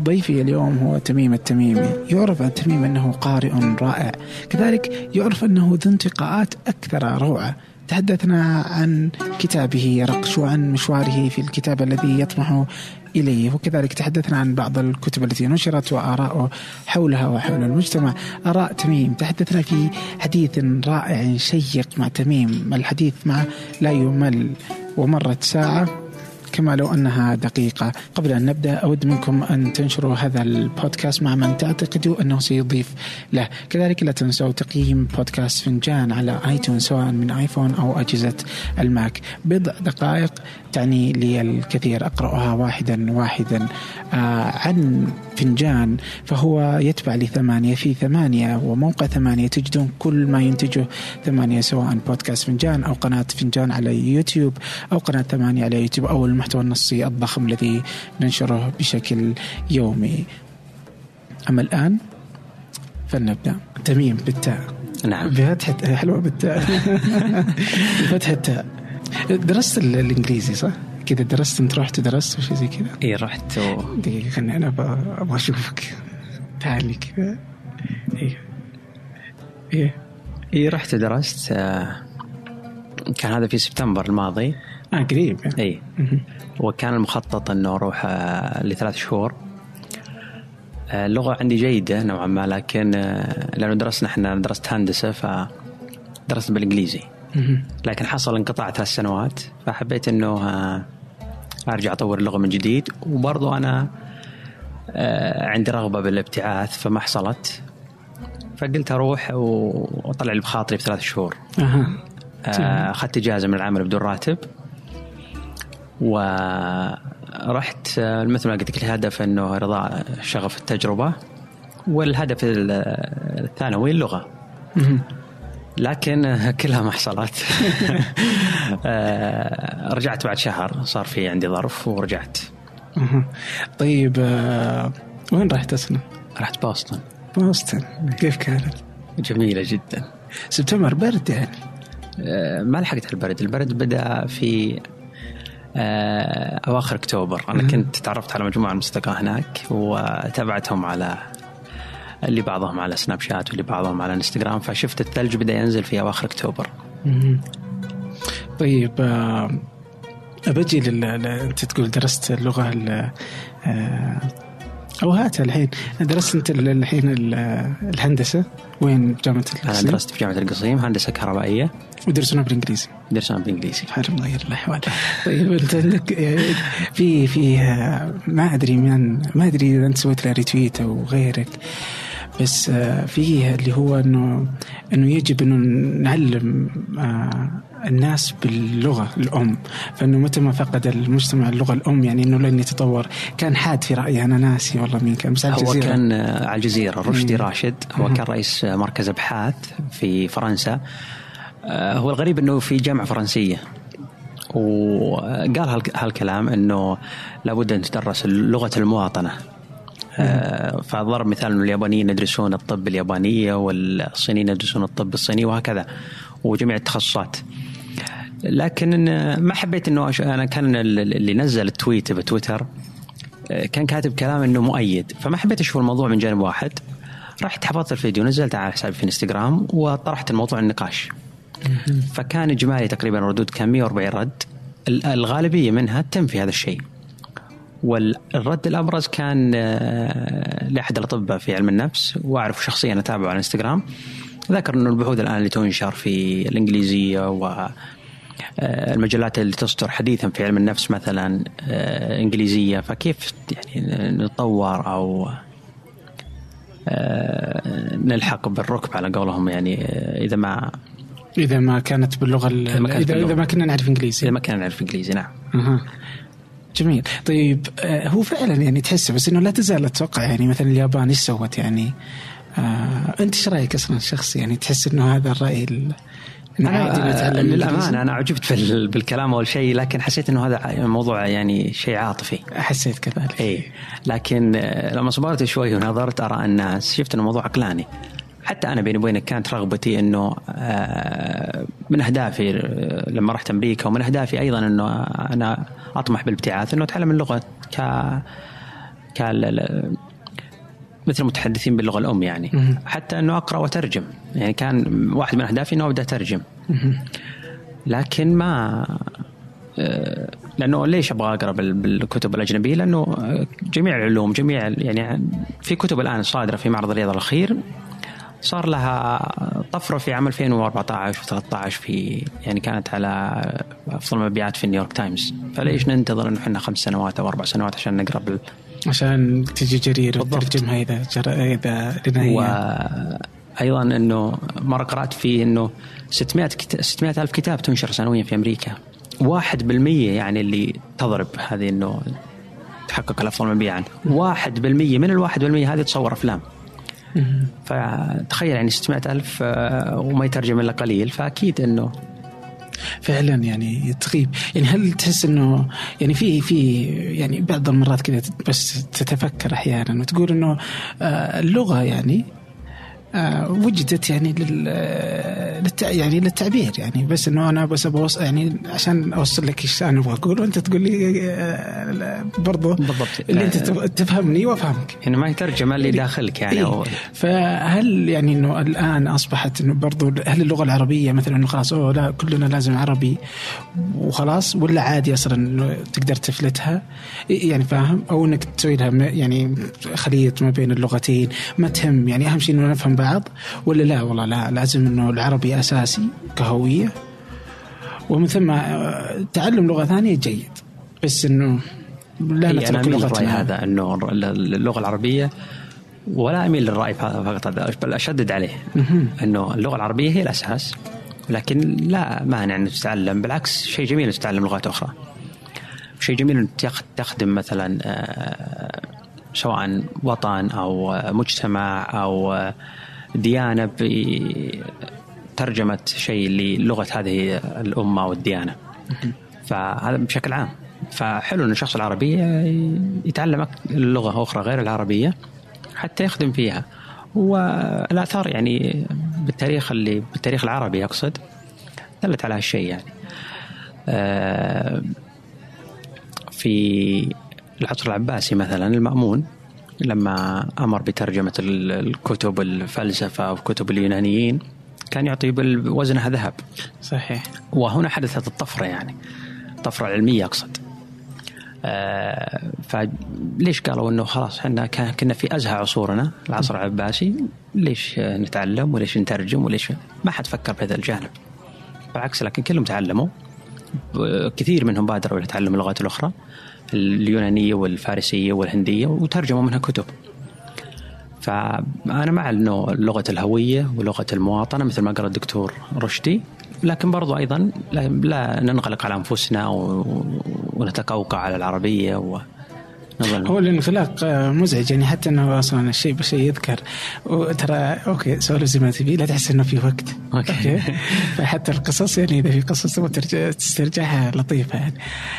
ضيفي اليوم هو تميم التميمي. يعرف عن تميم أنه قارئ رائع، كذلك يعرف أنه ذو انتقاءات أكثر روعة. تحدثنا عن كتابه رقش وعن مشواره في الكتاب الذي يطمح إليه، وكذلك تحدثنا عن بعض الكتب التي نشرت وآراءه حولها وحول المجتمع. آراء تميم، تحدثنا في حديث رائع شيق مع تميم. الحديث معه لا يمل، ومرت ساعة كما لو أنها دقيقة. قبل أن نبدأ أود منكم أن تنشروا هذا البودكاست مع من تعتقدوا أنه سيضيف له. كذلك لا تنسوا تقييم بودكاست فنجان على آيتون سواء من آيفون أو أجهزة الماك. بضع دقائق تعني لي الكثير. أقرأها واحدا عن فنجان، فهو يتبع لثمانية في ثمانية، وموقع ثمانية تجدون كل ما ينتجه ثمانية، سواء بودكاست فنجان أو قناة فنجان على يوتيوب أو قناة ثمانية على يوتيوب أو المحتوى النصي الضخم الذي ننشره بشكل يومي. أما الآن فلنبدأ. تميم بالتاء. نعم. بفتحة حلوة بالتاء. بفتحة تاء. درست الإنجليزي صح؟ كذا درست؟ أنت رحت درست وشي زي كذا؟ إيه رحت. دقيقة خلني أنا أبغى أشوفك. تعالي كذا. إيه رحت درست. كان هذا في سبتمبر الماضي. قريب. إيه. وكان المخطط أنه أروح ل3 شهور. اللغة عندي جيدة نوعا ما، لكن لأنه إحنا درست هندسة فدرست بالإنجليزي، لكن حصل انقطاع 3 سنوات، فحبيت أنه أرجع أطور اللغة من جديد. وبرضو أنا عندي رغبة بالابتعاث فما حصلت، فقلت أروح وأطلع لي بخاطري ب3 شهور. أخذت إجازة من العمل بدون راتب، ورحت مثل ما قلت لك الهدف أنه رضاء شغف التجربة، والهدف الثانوي اللغة، لكن كلها ما حصلت. رجعت بعد شهر، صار في عندي ظرف ورجعت. طيب وين رحت أصلا؟ رحت بوسطن. كيف كانت؟ جميلة جدا. سبتمبر برد يعني؟ ما لحقت البرد بدأ في أواخر أكتوبر. أنا كنت تعرفت على مجموعة من الأصدقاء هناك وتابعتهم على اللي بعضهم على سناب شات واللي بعضهم على انستغرام، فشفت الثلج بدأ ينزل في أواخر أكتوبر. طيب أبجي أنت تقول درست اللغة أو هاتها الحين. درست أنت الحين الهندسة وين؟ جامعة القصيم؟ أنا درست في جامعة القصيم هندسة كهربائية. ودرسنا بالإنجليزي؟ درسنا بالإنجليزي. حلو، الله يغير الأحوال. طيب أنت عندك في ما أدري إذا أنت سويت له ريتويت أو غيرك، بس فيه اللي هو إنه يجب إنه نعلم الناس باللغة الأم، فإنه متى ما فقد المجتمع اللغة الأم يعني إنه لن يتطور. كان حاد في رأيي، أنا ناسي والله مين كان، بس هو كان على الجزيرة رشدي راشد. هو كان رئيس مركز أبحاث في فرنسا. هو الغريب إنه في جامعة فرنسية، وقال هالكلام إنه لابد أن تدرس لغة المواطنة. فضرب مثال إنه اليابانيين يدرسون الطب اليابانية والصينيين يدرسون الطب الصيني وهكذا، وجميع التخصصات. لكن ما حبيت إنه أنا كان اللي نزل التويت بتويتر كان كاتب كلام إنه مؤيد، فما حبيت أشوف الموضوع من جانب واحد. رحت حفظت الفيديو، نزلت على حسابي في انستغرام وطرحت الموضوع النقاش. فكان إجمالي تقريبا ردود كان 140 رد، الغالبية منها تم في هذا الشيء. والرد الأبرز كان لأحد الأطباء في علم النفس، وأعرف شخصيا أتابعه على انستغرام، ذكر أنه البحوث الآن اللي تنشر في الإنجليزية والمجلات اللي تصدر حديثا في علم النفس مثلا إنجليزية، فكيف يعني نطور أو نلحق بالركب على قولهم، يعني إذا ما كانت باللغة إذا ما كنا نعرف إنجليزي. نعم. جميل. طيب هو فعلا يعني تحس، بس إنه لا تزال أتوقع يعني مثلا اليابان إيش سوت يعني. أنت إيش رأيك أصلا الشخصي؟ يعني تحس إنه هذا الرأي للأمانة أنا عجبت بالكلام أول شيء، لكن حسيت إنه هذا موضوع يعني شيء عاطفي. حسيت كذلك. إيه، لكن لما صبرت شوي ونظرت آراء الناس شفت إنه موضوع عقلاني. حتى أنا بيني وبينك كانت رغبتي إنه من أهدافي لما رحت أمريكا، ومن أهدافي أيضا إنه أنا أطمح بالابتعاث إنه أتعلم اللغة كان مثل متحدثين باللغة الأم يعني. حتى أنه أقرأ وترجم، يعني كان واحد من أهدافي أنه أبدأ أترجم، لكن ما لأنه ليش أبغى أقرأ بالكتب الأجنبية؟ لأنه جميع العلوم، جميع يعني في كتب الآن صادرة في معرض الرياض الأخير صار لها طفرة في عام 2014 و13 في يعني كانت على أفضل المبيعات في نيويورك تايمز. فليش ننتظر إنه إحنا 5 سنوات أو 4 سنوات عشان نقرأ عشان تجي جرير وترجمها إذا وأيضا إنه مرة قرأت فيه إنه 600 ألف كتاب تنشر سنويا في أمريكا. 1% يعني اللي تضرب هذه إنه تحقق الأفضل مبيعا. 1% من 1% هذه تصور أفلام. فتخيل يعني 600 ألف وما يترجم إلا قليل، فأكيد إنه فعلا يعني تغيب. يعني هل تحس إنه يعني في يعني بعض المرات كذا بس تتفكر أحيانا وتقول إنه اللغة يعني وجدت يعني يعني للتعبير، يعني بس إنه أنا بس أبغى يعني عشان أوصل لك إيش أنا أبغى أقول وأنت تقول لي برضو بالضبط اللي أنت تفهمني وأفهمك، يعني ما يترجم اللي داخلك يعني. إيه؟ فهل يعني إنه الآن أصبحت إنه برضو هل اللغة العربية مثلا إنه خلاص لا كلنا لازم عربي وخلاص، ولا عادي أصلا إنه تقدر تفلتها يعني فاهم، أو إنك تسوي لها يعني خليط ما بين اللغتين ما تهم، يعني أهم شيء إنه نفهم بعض، ولا لا والله لا لازم إنه العربي أساسي كهوية ومن ثم تعلم لغة ثانية جيد، بس إنه لا نترك لغتنا. هذا إنه اللغة العربية، ولا أميل للرأي فقط هذا، بل أشدد عليه إنه اللغة العربية هي الأساس، لكن لا مانع أن تتعلم، بالعكس شيء جميل أن تتعلم لغات أخرى، شيء جميل أن تخدم مثلا سواء وطن أو مجتمع أو ديانة بترجمة شيء للغة هذه الأمة أو الديانة. فهذا بشكل عام. فحلو أن الشخص العربي يتعلم اللغة أخرى غير العربية حتى يخدم فيها. والآثار يعني بالتاريخ العربي أقصد دلت على هالشيء يعني. في العصر العباسي مثلا المأمون لما أمر بترجمة الكتب الفلسفة وكتب اليونانيين كان يعطي بوزنها ذهب. صحيح. وهنا حدثت الطفرة، يعني الطفرة العلمية أقصد. فليش قالوا إنه خلاص إحنا كنا في أزهى عصورنا العصر العباسي، ليش نتعلم وليش نترجم وليش ما حد فكر بهذا الجانب؟ بالعكس، لكن كلهم تعلموا، كثير منهم بادروا إلى تعلم اللغات الأخرى اليونانية والفارسية والهندية وترجموا منها كتب. فأنا مع إنه لغة الهوية ولغة المواطنة مثل ما قال الدكتور رشدي، لكن برضو أيضا لا ننغلق على أنفسنا ونتقوقع على العربية هو الانغلاق مزعج يعني، حتى أنه أصلا الشيء بشيء يذكر وترى أوكي سؤال زي ما تبي لا تحس إنه في وقت أوكي. فحتى القصص يعني إذا في قصص تسترجعها لطيفة يعني.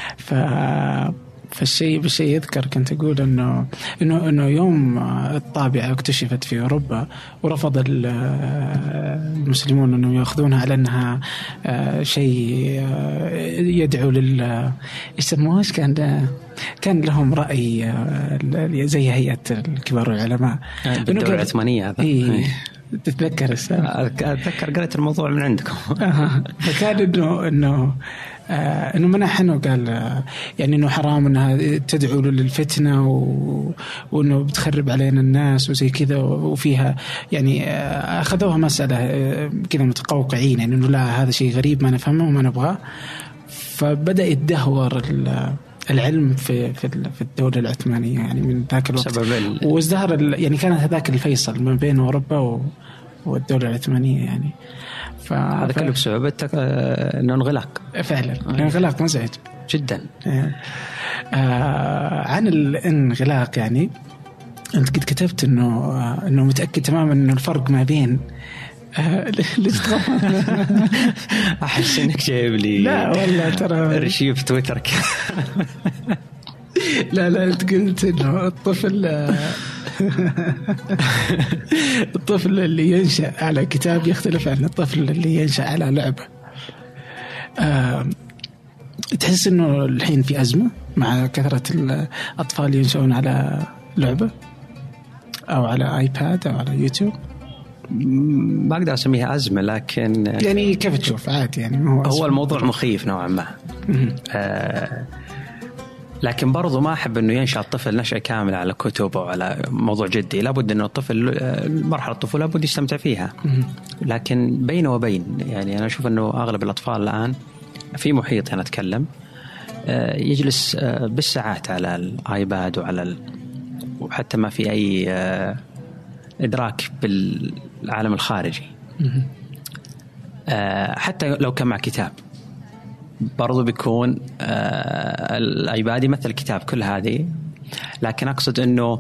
فالشيء بشيء يذكر كنت أقول إنه يوم الطابعة اكتشفت في أوروبا ورفض المسلمون إنه يأخذونها على أنها شيء يدعو يسموهاش، كان لهم رأي زي هيئة الكبار العلماء الدولة العثمانية هذا. إيه تتذكر أتذكر قرأت الموضوع من عندكم. فكان إنه منحنه قال يعني إنه حرام إنها تدعو للفتنة وإنه بتخرب علينا الناس وزي كذا، وفيها يعني أخذوها مسألة كذا متقوقعين يعني إنه لا هذا شيء غريب ما نفهمه وما نبغاه. فبدأ يتدهور العلم في الدولة العثمانية يعني من ذاك الوقت، وازدهر يعني كانت هذاك الفيصل ما بين أوروبا والدولة العثمانية يعني. هذا كله بسبب الانغلاق. فعلا الانغلاق مزعج جدا. عن الانغلاق يعني أنت قد كتبت إنه متأكد تماما إنه الفرق ما بين أحس إنك جايب لي لا والله ترى رشيف تويتر لا أنت قلت إنه الطفل اللي ينشأ على كتاب يختلف عن الطفل اللي ينشأ على لعبة. تحس إنه الحين في أزمة مع كثرة الأطفال ينشأون على لعبة أو على آيباد أو على يوتيوب؟ ما أقدر أسميها أزمة، لكن يعني كيف تشوف عادي يعني هو الموضوع مخيف نوعا ما. لكن برضو ما أحب أنه ينشأ الطفل نشأة كاملة على كتب أو على موضوع جدي. لابد أنه الطفل مرحلة الطفولة لابد يستمتع فيها، لكن بين وبين. يعني أنا أشوف أنه أغلب الأطفال الآن في محيط أنا أتكلم يجلس بالساعات على الآيباد وحتى ما في أي إدراك بالعالم الخارجي. حتى لو كان مع كتاب برضو بيكون الآيباد يمثل الكتاب كل هذه. لكن أقصد أنه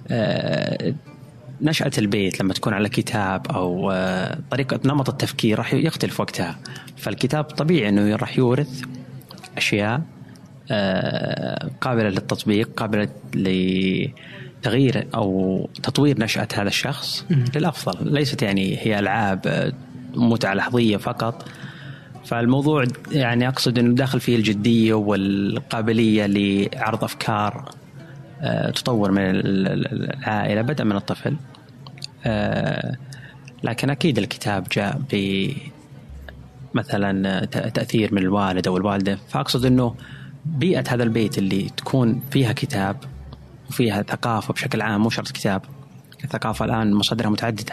نشأة البيت لما تكون على كتاب أو طريقة نمط التفكير راح يختلف وقتها. فالكتاب طبيعي أنه راح يورث أشياء قابلة للتطبيق، قابلة لتغيير أو تطوير نشأة هذا الشخص للأفضل. ليست يعني هي ألعاب متعة لحظية فقط. فالموضوع يعني أقصد أنه داخل فيه الجدية والقابلية لعرض أفكار تطور من العائلة بدءا من الطفل. لكن أكيد الكتاب جاء بمثلا تأثير من الوالد أو الوالدة. فأقصد أنه بيئة هذا البيت اللي تكون فيها كتاب وفيها ثقافة بشكل عام، مو شرط كتاب، الثقافة الآن مصادرها متعددة،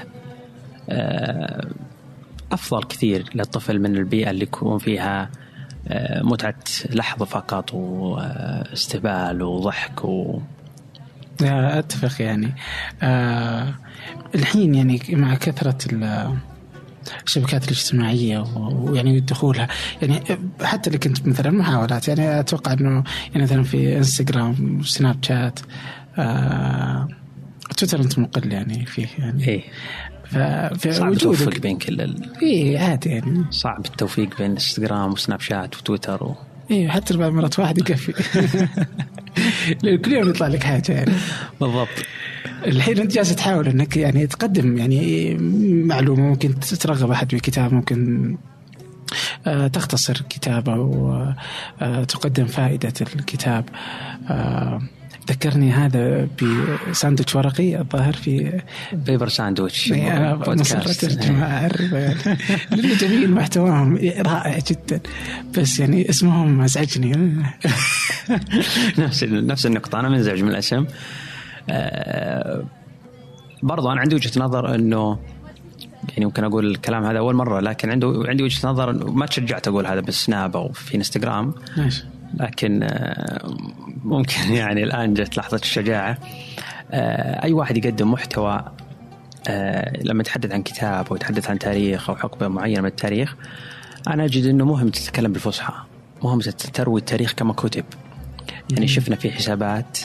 أفضل كثير للطفل من البيئة اللي يكون فيها متعة لحظة فقط واستهبال وضحك أتفق يعني. الحين يعني مع كثرة الشبكات الاجتماعية ويعني دخولها، يعني حتى اللي كنت مثلا محاولات، يعني أتوقع أنه يعني مثلا في إنستغرام وسناب شات تويتر أنت مقل يعني فيه يعني إيه. صعب التوفيق بين كل إيه عادي يعني صعب التوفيق بين إنستغرام وسناب شات وتويتر إيه حتى بعد مرات واحد يكفي كل يوم يطلع لك حاجة يعني. بالضبط. الحين أنت جالس تحاول أنك يعني تقدم يعني معلومة، ممكن ترغب أحد بكتاب، ممكن تختصر كتاب أو تقدم فائدة الكتاب. ذكرني هذا بساندويتش ورقي الظاهر في بيبر ساندويتش. أنا مصرت الجماعة أعرف يعني لأنه جميل محتواهم رائع جدا، بس يعني اسمهم أزعجني. نفس النقطة، أنا منزعج من الاسم. برضو أنا عندي وجهة نظر أنه يعني ممكن أقول الكلام هذا أول مرة، لكن عندي وجهة نظر ما تشجعت أقول هذا بالسناب أو في انستغرام، لكن ممكن يعني الآن جت لحظة الشجاعة. أي واحد يقدم محتوى لما يتحدث عن كتاب أو يتحدث عن تاريخ أو حقبة معينة من التاريخ، أنا أجد أنه مهم تتكلم بالفصحى، مهم تروي التاريخ كما كتب. يعني شفنا في حسابات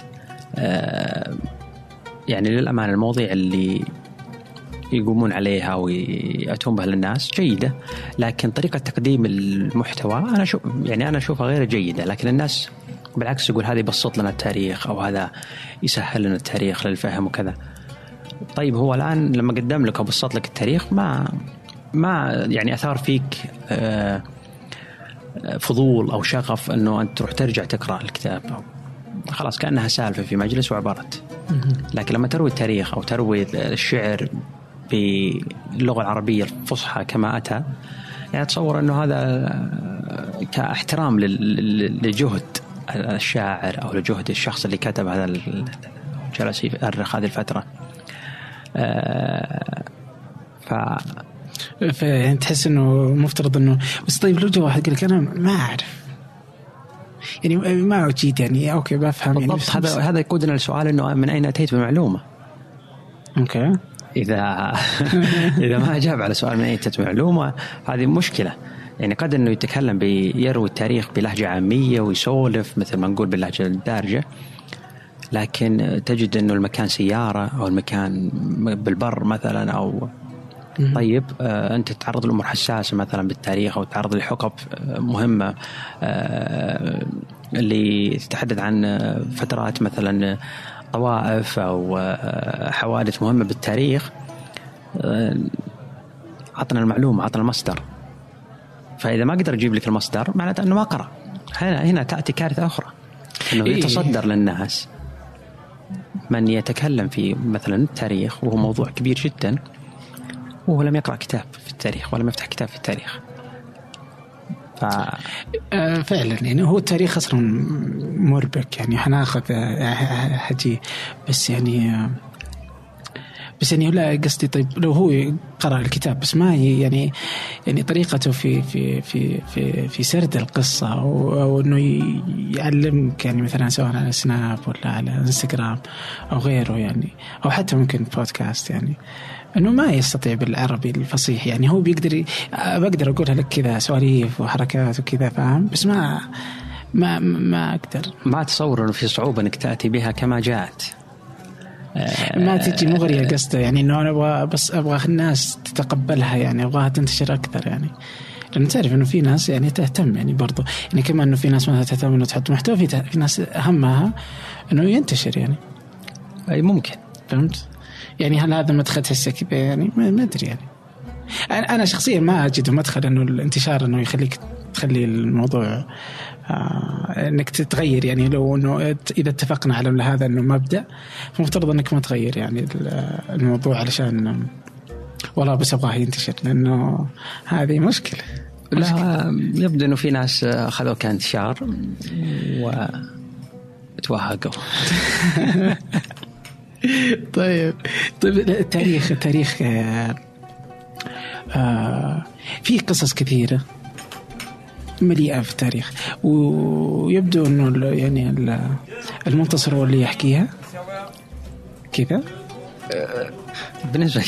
يعني للأمانة المواضيع اللي يقومون عليها ويأتون بها للناس جيدة، لكن طريقة تقديم المحتوى أنا أشوفها غير جيدة. لكن الناس بالعكس يقول هذا يبسط لنا التاريخ أو هذا يسهل لنا التاريخ للفهم وكذا. طيب هو الآن لما قدم لك وبسط لك التاريخ ما يعني أثار فيك فضول أو شغف أنه أنت تروح ترجع تقرأ الكتاب، أو خلاص كأنها سالفة في مجلس وعبرت. لكن لما تروي التاريخ أو تروي الشعر باللغة العربية الفصحى كما أتى، يعني أتصور أنه هذا كاحترام لجهد الشاعر أو لجهد الشخص اللي كتب هذا جلس يؤرخ هذه الفترة. يعني تحس أنه مفترض أنه بس طيب لو جاء واحد قال لك أنا ما أعرف يعني ما أجيد يعني أوكي بفهم بالضبط. يعني هذا يقودنا للسؤال أنه من أين أتيت بمعلومة؟ أوكي. إذا ما أجاب على سؤال من أين أتيت بمعلومة هذه مشكلة. يعني قد أنه يتكلم يروي التاريخ بلهجة عامية ويسولف مثل ما نقول باللهجة الدارجة، لكن تجد أنه المكان سيارة أو المكان بالبر مثلا أو طيب أنت تتعرض لأمور حساسة مثلا بالتاريخ أو تتعرض لحقب مهمة اللي تتحدث عن فترات مثلا طوائف أو حوادث مهمة بالتاريخ، عطنا المعلومة، عطنا المصدر. فإذا ما قدر يجيب لك المصدر معناته أنه ما قرأ. هنا تأتي كارثة أخرى، أنه يتصدر للناس. من يتكلم في مثلا التاريخ وهو موضوع كبير جدا وهو لم يقرأ كتاب في التاريخ ولم يفتح كتاب في التاريخ. فعلا يعني هو التاريخ أصلا مربك، يعني حناخذ حجي بس يعني لا قصدي طيب لو هو قرأ الكتاب بس ما يعني طريقته في سرد القصة أو إنه يعلمك يعني مثلا سواء على سناب ولا على انستغرام أو غيره يعني أو حتى ممكن بودكاست، يعني إنه ما يستطيع بالعربي الفصيح، يعني هو بقدر أقولها لك كذا سواليف وحركات وكذا فاهم، بس ما أقدر، ما أتصور إنه في صعوبة إنك تأتي بها كما جاءت، ما تجي مغرية قصده، يعني إنه أنا أبغى الناس تتقبلها، يعني أبغاها تنتشر أكثر، يعني لأن تعرف إنه في ناس يعني تهتم يعني برضو يعني كمان إنه في ناس ما تهتم إنه تحط محتوى، في ناس أهمها إنه ينتشر يعني. أي ممكن، فهمت يعني. هل هذا مدخل تحسه كذا يعني ما أدري يعني. أنا شخصيا ما أجد مدخل إنه الانتشار إنه تخلي الموضوع انك تتغير، يعني لو انه اذا اتفقنا على هذا انه مبدأ فمفترض انك ما تغير يعني الموضوع علشان والله بس ابغاه ينتشر، لانه هذه مشكلة. لا يبدو انه في ناس اخذوا كانتشار وتوهقوا. طيب التاريخ في قصص كثيرة مليئة في التاريخ، ويبدو أنه يعني المنتصر هو اللي يحكيها كذا. بالنسبة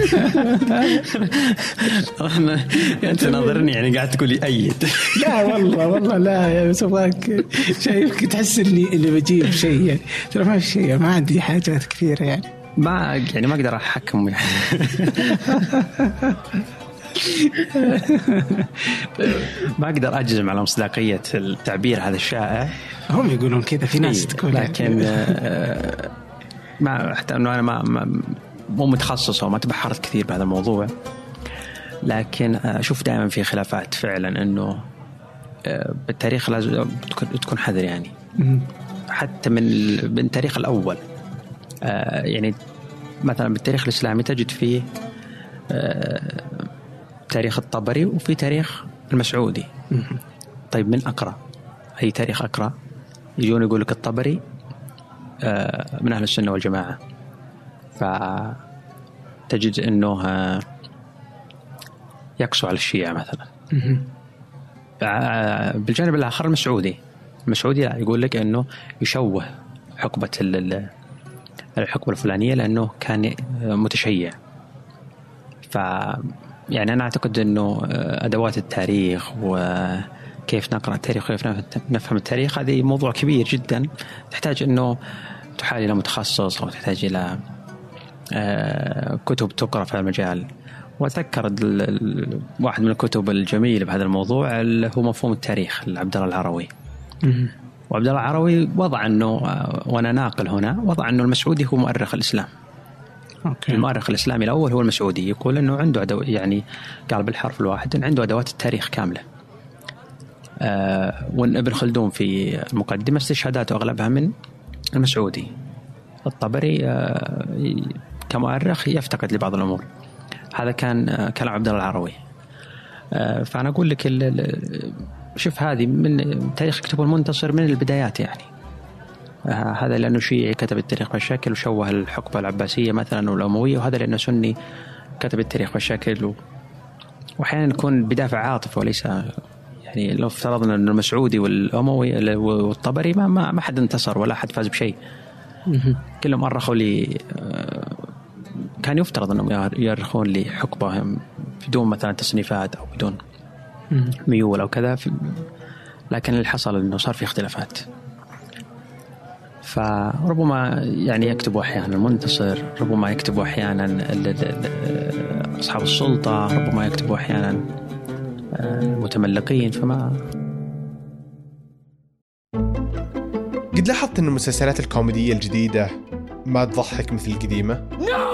أنت ناظرني يعني قاعد تقولي أيد. لا والله لا يا سواك شايفك تحس اللي بجيب شيء، يعني ترى ما في شيء، ما عندي حاجات كثيرة يعني ما أقدر أحكم يعني. ما أقدر أجزم على مصداقية التعبير هذا الشائع. هم يقولون كذا، في ناس تقول، لكن ما حتى أنه أنا مو متخصص وما تبحرت كثير بهذا الموضوع، لكن أشوف دائما في خلافات فعلا أنه بالتاريخ لازم تكون حذر يعني. حتى من التاريخ الأول يعني مثلا بالتاريخ الإسلامي تجد فيه تاريخ الطبري وفي تاريخ المسعودي. طيب من أقرأ أي تاريخ أقرأ؟ يجون يقول لك الطبري من أهل السنة والجماعة، فتجد أنه يقسو على الشيعة مثلا. بالجانب الآخر المسعودي لا، يقول لك أنه يشوه حقبة الحقبة الفلانية لأنه كان متشيع. يعني أنا أعتقد أنه أدوات التاريخ وكيف نقرأ التاريخ وكيف نفهم التاريخ هذه موضوع كبير جدا، تحتاج أنه تحال إلى متخصص أو تحتاج إلى كتب تقرأ في المجال. وأتذكر واحد من الكتب الجميلة بهذا الموضوع هو مفهوم التاريخ لعبد الله العروي. وعبد الله العروي وضع أنه، وأنا ناقل هنا، وضع أنه المسعودي هو مؤرخ الإسلام. المؤرخ الإسلامي الأول هو المسعودي، يقول أنه عنده يعني قال بالحرف الواحد عنده أدوات التاريخ كاملة. وأن ابن خلدون في المقدمة استشهاداته أغلبها من المسعودي. الطبري كمؤرخ يفتقد لبعض الأمور. هذا كان كلام عبد الله العروي. فأنا أقول لك شوف هذه من تاريخ كتب المنتصر من البدايات يعني. هذا لأنه شيعي كتب التاريخ بالشكل وشوه الحقبة العباسية مثلا والأموية، وهذا لأنه سني كتب التاريخ بالشكل وأحيانا يكون بدافع عاطفة وليس يعني. لو افترضنا أن المسعودي والأموي والطبري ما حد انتصر ولا حد فاز بشيء، كلهم أرخوا لي، كان يفترض أنهم يرخون لي حقبهم بدون مثلا تصنيفات أو بدون ميول أو كذا، لكن اللي حصل أنه صار في اختلافات. فربما يعني يكتبوا أحيانا المنتصر، ربما يكتبوا أحيانا أصحاب السلطة، ربما يكتبوا أحيانا المتملقين. قد لاحظت أن المسلسلات الكوميدية الجديدة ما تضحك مثل القديمة؟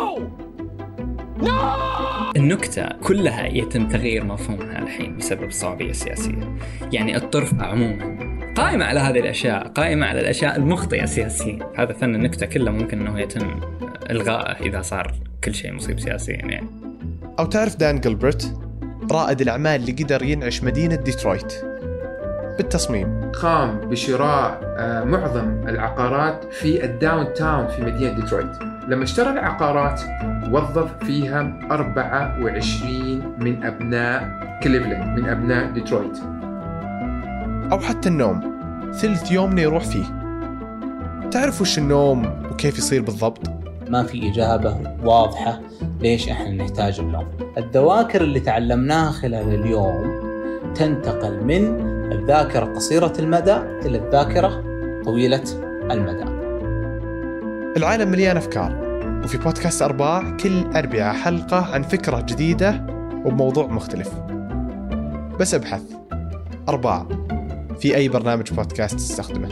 النكتة كلها يتم تغيير مفهومها الحين بسبب الصعوبية السياسية. يعني الطرف عموما قائمة على هذه الأشياء، قائمة على الأشياء المخطئة سياسيا. هذا فن النكتة كله ممكن أنه يتم إلغائه إذا صار كل شيء مصيب سياسيا يعني. أو تعرف دان جيلبرت رائد الأعمال اللي قدر ينعش مدينة ديترويت بالتصميم؟ قام بشراء معظم العقارات في الداون تاون في مدينة ديترويت. لما اشترى العقارات وظف فيها 24 من أبناء كليفلاند، من أبناء ديترويت. أو حتى النوم، ثلث يومنا يروح فيه. تعرف وش النوم وكيف يصير بالضبط؟ ما في إجابة واضحة ليش إحنا نحتاج النوم. الذواكر اللي تعلمناها خلال اليوم تنتقل من الذاكرة قصيرة المدى إلى الذاكرة طويلة المدى. العالم مليان أفكار، وفي بودكاست أرباع كل أربعة حلقة عن فكرة جديدة وبموضوع مختلف. بس ابحث أرباع في أي برنامج بودكاست تستخدمه.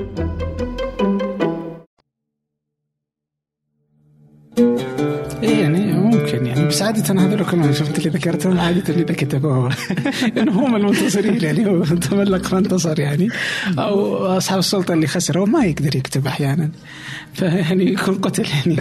يعني ممكن يعني، بس عادة هذول كلهم شفت اللي ذكرتهم عادة اللي كتبوه إنه هم المنتصرين يعني، هو تملق فانتصر يعني، أو أصحاب السلطة اللي خسروا ما يقدر يكتب أحيانا، فيعني يكون قتل يعني.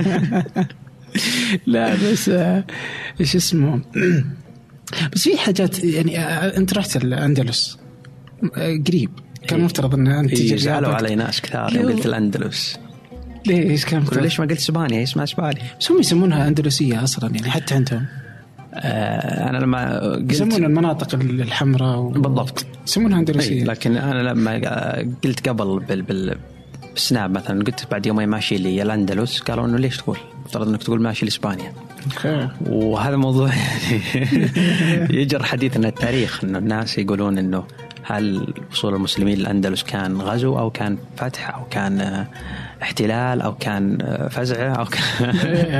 لا بس إيش اسمه، بس في حاجات يعني. أنت رحت الأندلس قريب، كان مفترض أن أنت جالوا علي ناس كثار قلت الأندلس. ليش كان ليش ما قلت اسبانيا؟ اسمها اسبانيا، بس هم يسمونها أندلسية أصلا يعني حتى عندهم. أنا لما قلت يسمون المناطق الحمراء بالضبط يسمونها أندلسية. لكن أنا لما قلت قبل بالسناب مثلا، قلت بعد يومين ماشي لي الأندلس، قالوا إنه ليش تقول؟ افترض إنك تقول ماشي لإسبانيا. وهذا موضوع يجر حديثنا التاريخ، إنه الناس يقولون إنه هل وصول المسلمين للأندلس كان غزو أو كان فتح أو كان احتلال أو كان فزعة أو كان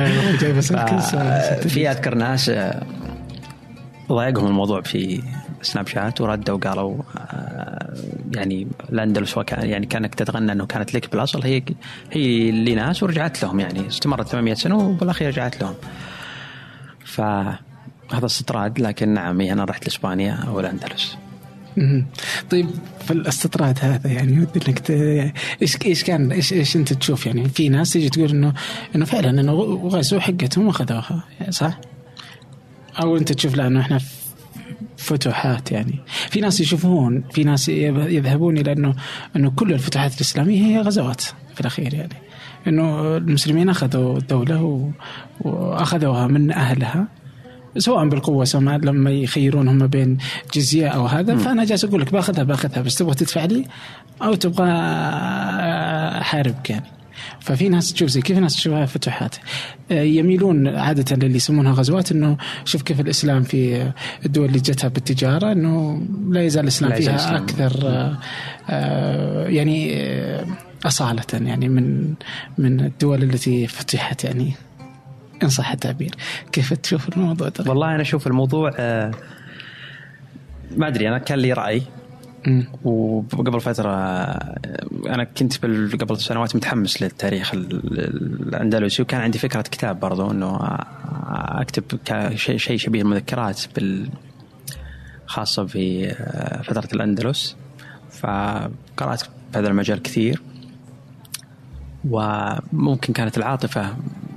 في أذكر ناس ضايقهم الموضوع في سناب شات وردوا وقالوا يعني الأندلس وكان يعني كانك تتغنى أنه كانت لك بالأصل، هي اللي ناس ورجعت لهم يعني، استمرت 800 سنة وبالأخير رجعت لهم. فهذا استطراد، لكن نعم أنا رحت لإسبانيا أو الأندلس. طيب في الاستطراد هذا يعني ودي انك ايش كان ايش انت تشوف يعني؟ في ناس تيجي تقول انه فعلا انه غزو حقتهم واخذوها صح، او انت تشوف لا انه احنا فتوحات يعني. في ناس يشوفون، في ناس يذهبون الى انه كل الفتوحات الاسلاميه هي غزوات في الاخير يعني، انه المسلمين اخذوا الدوله واخذوها من اهلها سواء بالقوة سواء لما يخيرونهم بين جزية أو هذا. فأنا جالس أقول لك باخذها بس تبغى تدفع لي أو تبغى أحاربك يعني. ففي ناس تشوف زي كيف ناس تشوفها فتوحات، يميلون عادة للي يسمونها غزوات. إنه شوف كيف الإسلام في الدول اللي جتها بالتجارة إنه لا يزال الإسلام فيها أكثر يعني أصالة يعني من الدول التي فتحت يعني، إن صح التعبير. كيف تشوف الموضوع ده؟ والله أنا أشوف الموضوع ما أدري، أنا كان لي رأي وقبل فترة أنا كنت قبل سنوات متحمس للتاريخ الأندلسي، وكان عندي فكرة كتاب برضو إنه أكتب شيء شبيه المذكرات خاصة في فترة الأندلس. فقرأت في هذا المجال كثير، وممكن كانت العاطفة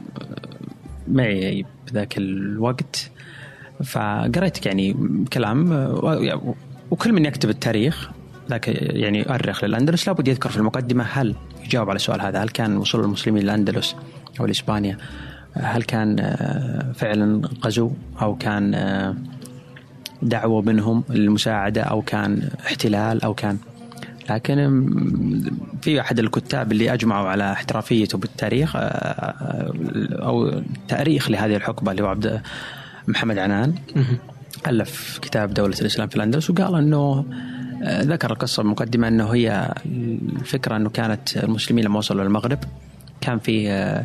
معي بذاك الوقت، فقرأت يعني كلام، وكل من يكتب التاريخ ذاك يعني يؤرخ للأندلس لابد يذكر في المقدمة هل يجاوب على السؤال هذا، هل كان وصول المسلمين للأندلس أو لإسبانيا هل كان فعلا غزو أو كان دعوة منهم للمساعدة أو كان احتلال أو كان. لكن في أحد الكتاب اللي أجمعوا على احترافيته بالتاريخ أو تاريخ لهذه الحقبة اللي هو عبد محمد عنان، ألف كتاب دولة الإسلام في الأندلس، وقال أنه ذكر القصة المقدمة أنه هي الفكرة أنه كانت المسلمين لما وصلوا للمغرب كان في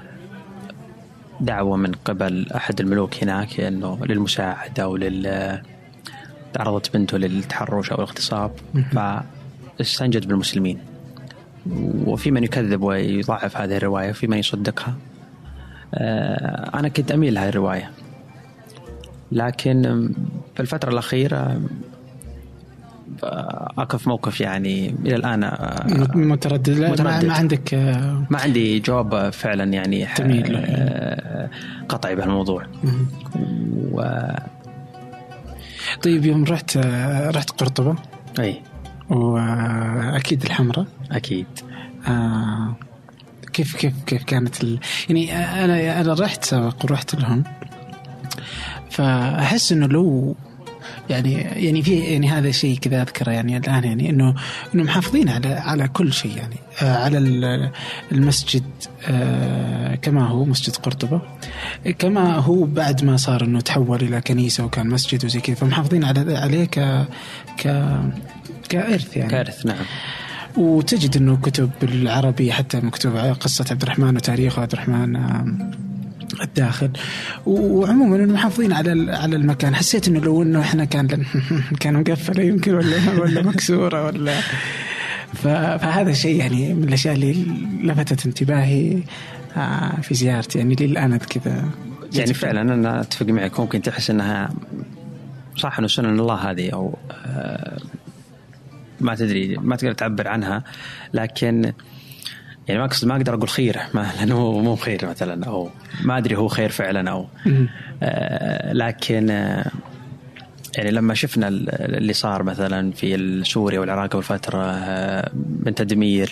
دعوة من قبل أحد الملوك هناك أنه للمساعدة أو تعرضت بنته للتحرش أو الاغتصاب، فاستنجد بالمسلمين. وفي من يكذب ويضعف هذه الرواية وفي من يصدقها. أنا كنت أميل لهذه الرواية، لكن في الفترة الأخيرة أقف موقف يعني إلى الآن متردد. ما عندك ما عندي جواب فعلا يعني قطعي بهالموضوع. طيب يوم رحت قرطبة أي وأكيد الحمراء أكيد. كيف كانت يعني أنا رحت سابق ورحت لهم، فأحس إنه لو يعني في يعني هذا الشيء كذا أذكره يعني الآن يعني إنه محافظين على كل شيء يعني على المسجد كما هو مسجد قرطبة، كما هو بعد ما صار إنه تحول إلى كنيسة وكان مسجد وزي كذا، فمحافظين عليه كإرث يعني كإرث. نعم. وتجد إنه كتب بالعربي حتى مكتوبة قصة عبد الرحمن وتاريخ عبد الرحمن الداخل، وعموما إنه محافظين على المكان. حسيت إنه لو إنه إحنا كان مقفلة يمكن ولا مكسورة ولا فهذا شيء يعني من الأشياء اللي لفتت انتباهي في زيارتي يعني للآن كذا. يعني فعلا أنا أتفق معك، ممكن تحس إنها صح إنه سنن الله هذه أو ما تدري ما تقدر تعبر عنها، لكن يعني ما أقدر أقول خير لأنه مو خير مثلا، أو ما أدري هو خير فعلا أو لكن يعني لما شفنا اللي صار مثلا في سوريا والعراق والفترة من تدمير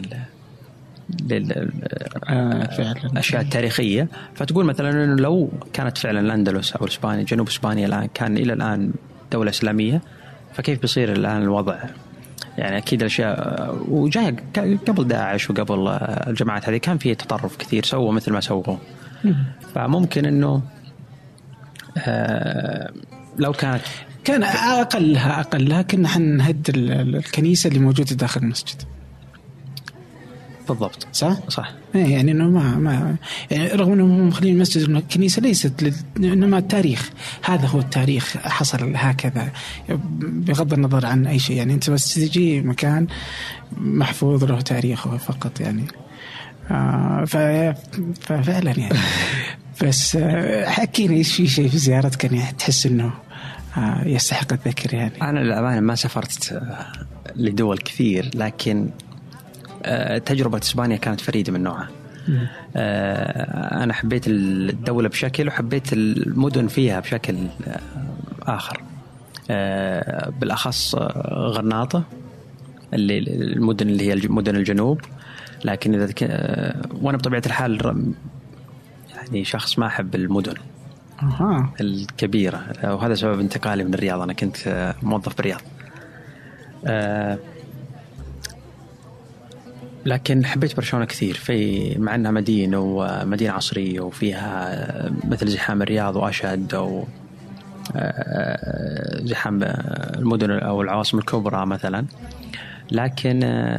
الأشياء التاريخية، فتقول مثلا إنه لو كانت فعلا الأندلس أو إسبانيا جنوب إسبانيا الآن كان إلى الآن دولة إسلامية، فكيف بيصير الآن الوضع؟ يعني أكيد الأشياء وجاية قبل داعش وقبل الجماعات هذه كان فيه تطرف كثير، سووا مثل ما سووا. فممكن إنه لو كان أقلها كنا حنهد الكنيسة اللي موجودة داخل المسجد. بالضبط. صح. يعني إنه ما يعني رغم إنهم مخلين المسجد الكنيسة ليست إنما التاريخ، هذا هو التاريخ حصل هكذا بغض النظر عن أي شيء. يعني أنت بس تجي مكان محفوظ له تاريخه فقط يعني. ففعلا يعني بس حكيني إيش في شيء في زيارتك يعني تحس إنه يستحق الذكر؟ يعني أنا للأمانة ما سافرت لدول كثير، لكن تجربة إسبانيا كانت فريدة من نوعها. أنا حبيت الدولة بشكل وحبيت المدن فيها بشكل آخر، بالأخص غرناطة اللي المدن اللي هي مدن الجنوب. لكن إذا وأنا بطبيعة الحال يعني شخص ما أحب المدن الكبيرة، وهذا سبب انتقالي من الرياض. أنا كنت موظف بالرياض، لكن حبيت برشلونة كثير، في مع أنها مدينة ومدينة عصرية وفيها مثل زحام الرياض وأشد أو زحام المدن أو العواصم الكبرى مثلا، لكن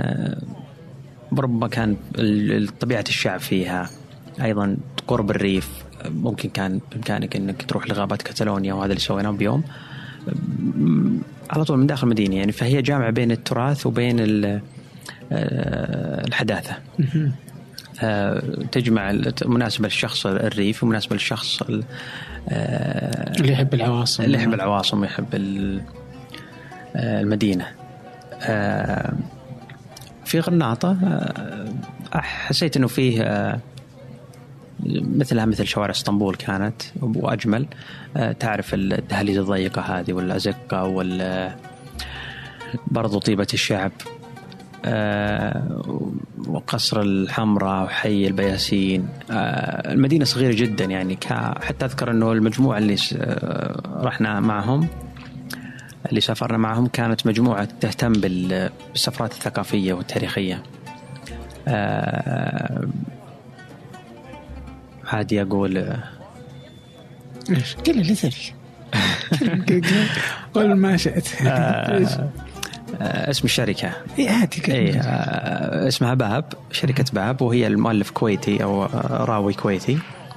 ربما كان طبيعة الشعب فيها أيضا قرب الريف. ممكن كان بإمكانك أنك تروح لغابات كاتالونيا، وهذا اللي سويناه بيوم على طول من داخل المدينة يعني. فهي جامعة بين التراث وبين الحداثة، تجمع مناسبة للشخص الريف ومناسبة للشخص اللي يحب العواصم ويحب المدينة. في غرناطة حسيت إنه فيه مثل شوارع اسطنبول كانت وأجمل. تعرف الدهاليز الضيقة هذه والأزقة برضو طيبة الشعب، وقصر الحمراء وحي البياسين. المدينة صغيرة جدا يعني، حتى أذكر أنه المجموعة اللي رحنا معهم اللي سافرنا معهم كانت مجموعة تهتم بالسفرات الثقافية والتاريخية. عادي أقول إيش كل اللي تبي قل ما شئت. اسم الشركة اسمها باب، شركة باب، وهي المؤلف كويتي أو راوي كويتي.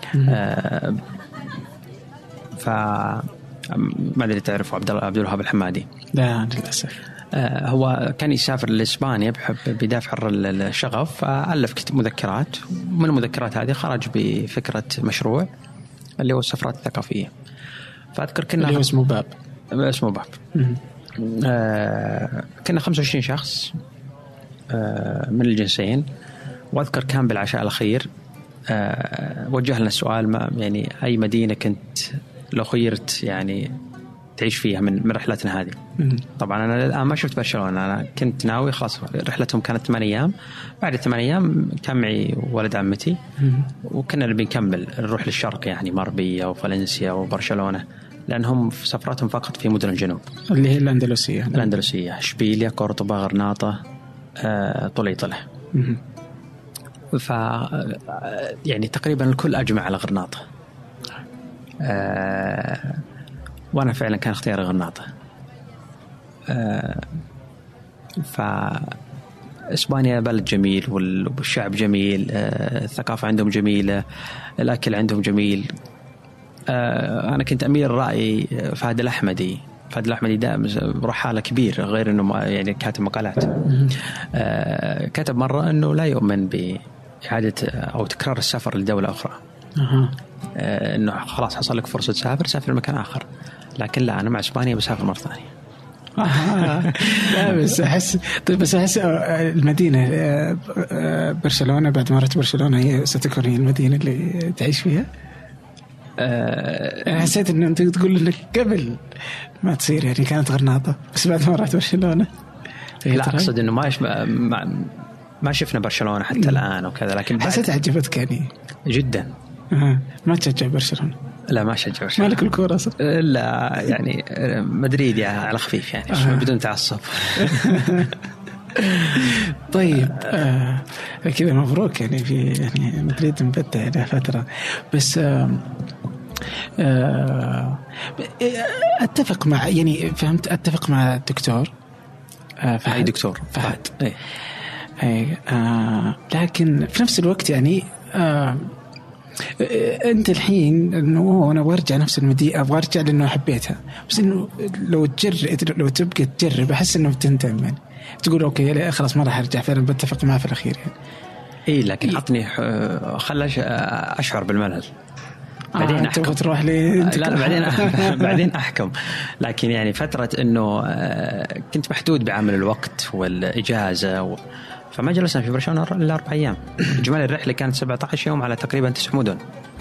فما أدري تعرفوا عبد الوهاب الحمادي؟ لا للأسف. هو كان يسافر لإسبانيا بدافع الشغف، فألف مذكرات. من المذكرات هذه خرج بفكرة مشروع اللي هو السفرات الثقافية. فأذكر كنا اللي هو اسمه باب. كنا 25 شخص من الجنسين، وأذكر كان بالعشاء الأخير وجه لنا السؤال ما يعني أي مدينة كنت لو خيرت يعني تعيش فيها من رحلتنا هذه. طبعا أنا الآن ما شفت برشلونة، أنا كنت ناوي خلاص، رحلتهم كانت 8 أيام، بعد 8 أيام كان معي ولد عمتي وكنا نبي نكمل نروح للشرق يعني مربية وفالنسيا وبرشلونة، لأنهم في سفراتهم فقط في مدن الجنوب اللي هي الأندلسية، إشبيلية، قرطبة، غرناطة، طليطلة. ف يعني تقريبا الكل أجمع على غرناطة، وأنا فعلا كان اختياري غرناطة. فإسبانيا بلد جميل والشعب جميل، الثقافة عندهم جميلة، الأكل عندهم جميل. أنا كنت أمير رأي فهد الأحمدي دائما رحالة كبير، غير أنه يعني كاتب مقالات. كتب مرة أنه لا يؤمن بإعادة أو تكرار السفر لدولة أخرى. أنه خلاص حصل لك فرصة سافر لمكان آخر، لكن لا، أنا مع إسبانيا بسافر مرة ثانية. لا بس أحس المدينة برشلونة، بعد ما رحت برشلونة هي ستكون هي المدينة اللي تعيش فيها. حسيت إنه أنت تقول لك قبل ما تصير يعني كانت غرناطة، بس بعد ما رحت برشلونة لا أقصد إنه ما شفنا برشلونة حتى الآن وكذا، لكن حسيت عجبتك يعني جدا. ما تشجع برشلونة؟ لا ما شجع برشلونة. مالك الكورة أصلا؟ لا يعني مدريد يعني على خفيف يعني بدون تعصب. طيب كذا مبروك يعني في يعني مدريد مبدع يعني فترة، بس أتفق مع يعني فهمت أتفق مع الدكتور فهد. دكتور فهد لكن في نفس الوقت يعني أنت الحين إنه أنا برجع نفس المدينة، أبغى أرجع لأنه حبيتها، بس إنه لو تبقى تجرب أحس إنه بتندم يعني تقول أوكي خلاص ما راح أرجع، فعلا بتفق معه في الأخير يعني. إيه لكن عطني خلاش أشعر بالملل بعدين أحكم. تروح لي لا بعدين أحكم. لكن يعني فترة إنه كنت محدود بعمل الوقت والإجازة فما جلسنا في برشلونة إلا 4 أيام. إجمالي الرحلة كانت 17 يوم على تقريبا 9 مدن.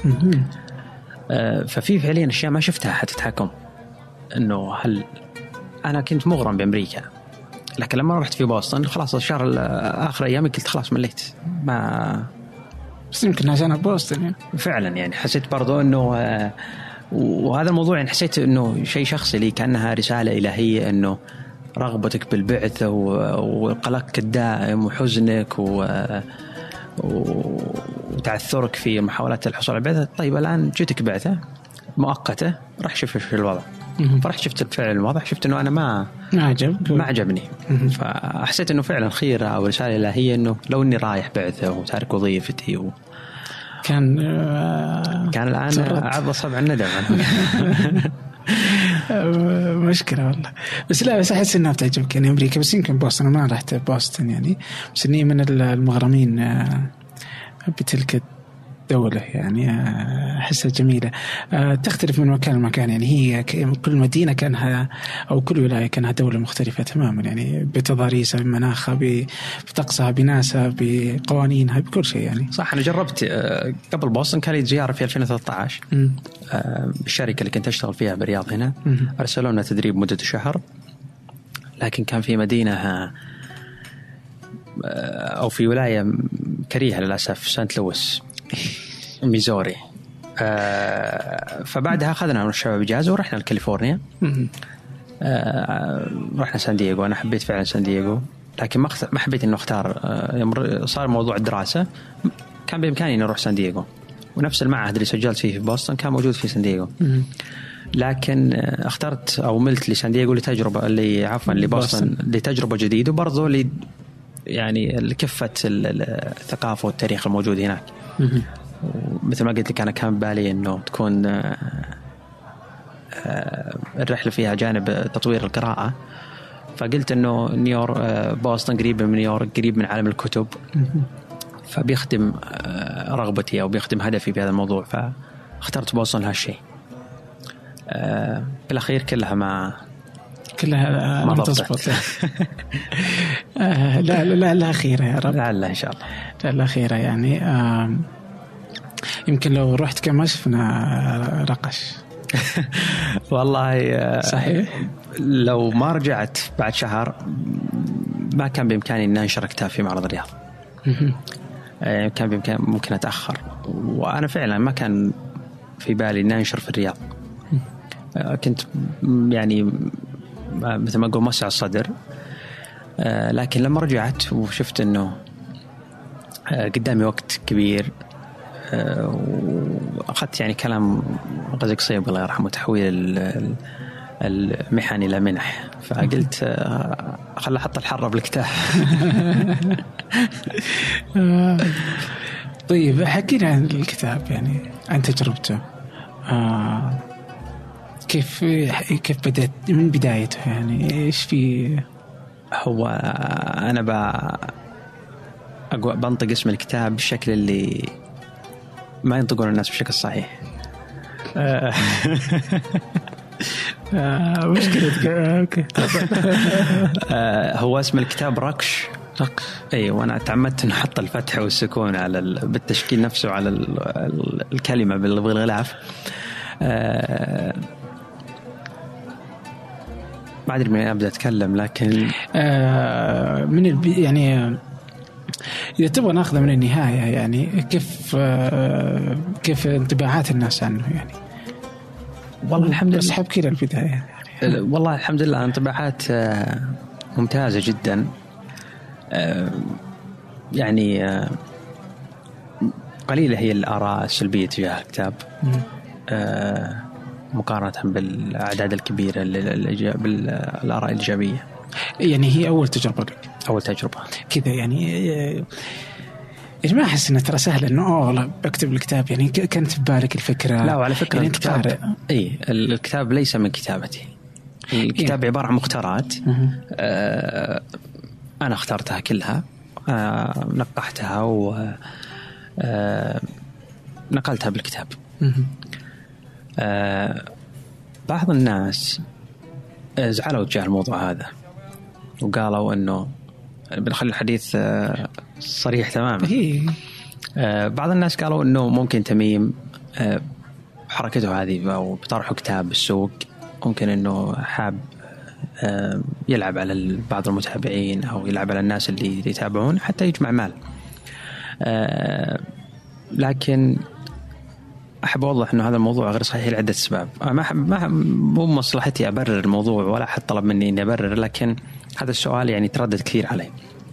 ففي فعليا أشياء ما شفتها حتتحكم. إنه هل أنا كنت مغرم بأمريكا، لكن لما رحت في بوسطن خلاص الشهر آخر أيامي قلت خلاص مليت ما. بس يمكن عشان بوسطن يعني. فعلا يعني حسيت برضو إنه وهذا الموضوع يعني حسيت إنه شيء شخصي لي، كأنها رسالة إلهية، إنه رغبتك بالبعثة وقلقك الدائم وحزنك وتعثرك في محاولات الحصول على البعثة. طيب الآن جتك بعثة مؤقتة، راح شوف في الوضع. فرح شفت فعلا الوضع، شفت إنه أنا ما عجبني. فحسيت إنه فعلا خيرة أو رسالة إلهية، إنه لو إني رايح بعثة وتارك وظيفتي كان الآن عض صبع الندم. مشكلة والله. بس لا، بس أحس إنها بتعجبك يعني أمريكا، بس يمكن بوسطن ما رحت بوسطن يعني، بس إني من المغرمين بتلك الدولة يعني، أحسها جميلة. تختلف من مكان لمكان يعني، هي كل مدينة كانها أو كل ولاية كانها دولة مختلفة تماما يعني، بتضاريسها، بمناخها، بطقسها، بناسها، بقوانينها، بكل شيء يعني. صح. أنا جربت قبل بوسطن، كان لي زيارة في 2013 بالشركة اللي كنت أشتغل فيها بالرياض هنا. أرسلونا تدريب مدة شهر، لكن كان في مدينة أو في ولاية كريهة للأسف، سانت لويس ميزوري. فبعدها أخذنا من الشباب إجازة ورحنا لكاليفورنيا. رحنا سان دييغو. أنا حبيت فعلا سان دييغو، لكن ما حبيت إنه أختار. صار موضوع الدراسة كان بإمكاني إنه أروح سان دييغو، ونفس المعهد اللي سجلت فيه في بوسطن كان موجود في سان دييغو. لكن اخترت أو ملت لسان دييغو لبوسطن لتجربة جديدة، وبرضه يعني لكفة الثقافة والتاريخ الموجود هناك. مثل ما قلت لك، أنا كان بالي إنه تكون الرحلة فيها جانب تطوير القراءة، فقلت إنه بوسطن قريب من نيويورك، قريب من عالم الكتب، فبيخدم رغبتي أو بيخدم هدفي بهذا الموضوع، فاخترت بوسطن لهالشيء. بالأخير كلها كلها ما تضبط. لا الأخيرة يا رب. لا إن شاء الله. لا الأخيرة يعني يمكن لو رحت كمشفنا رقش. والله صحيح. لو ما رجعت بعد شهر ما كان بإمكاني أن أنشر كتاب في معرض الرياض. كان بإمكاني ممكن أتأخر، وأنا فعلا ما كان في بالي أن أنشر في الرياض. كنت يعني مثل ما أقول موسع الصدر، لكن لما رجعت وشفت أنه قدامي وقت كبير، وأخذت يعني كلام غزق صيب الله يرحمه تحويل المحن إلى منح، فقلت خل أحط الحرة بالكتاب. طيب حكينا عن الكتاب، يعني عن تجربته، كيف بدأت من بدايته، يعني إيش في؟ هو أنا بنطق اسم الكتاب بالشكل اللي ما ينطقون الناس بشكل صحيح. مشكلة. أوكي. هو اسم الكتاب رقش. أي، وأنا تعمدت أن أحط الفتح والسكون على بالتشكيل نفسه على الكلمة بالغلاف. ما أدري من أبدأ أتكلم، لكن يعني إذا تبغى ناخذه من النهاية، يعني كيف انطباعات الناس عنه يعني؟ والله الحمد لله أسحب كذا البداية. والله الحمد لله انطباعات ممتازة جدا. يعني قليلة هي الآراء السلبية تجاه الكتاب مقارنة بالأعداد الكبيرة بالآراء الإيجابية. يعني هي أول تجربة لك؟ أول تجربة كذا يعني. ما أحس إنه ترى سهل إنه لا بكتب الكتاب، يعني كانت في بالك الفكرة؟ لا، وعلى فكرة يعني الكتاب الكتاب ليس من كتابتي. الكتاب عبارة عن مختارات. أنا اخترتها كلها، نقحتها ونقلتها بالكتاب. بعض الناس زعلوا تجاه الموضوع هذا وقالوا إنه بنخلي الحديث صريح تماما. بعض الناس قالوا إنه ممكن تميم حركته هذه أو بطرحه كتاب بالسوق ممكن إنه حاب يلعب على بعض المتابعين أو يلعب على الناس اللي يتابعون حتى يجمع مال. لكن أحب أوضح إنه هذا الموضوع غير صحيح لعدة أسباب. ما مو مصلحتي أبرر الموضوع ولا أحد طلب مني إني أبرر، لكن هذا السؤال يعني تردد كثير عليه.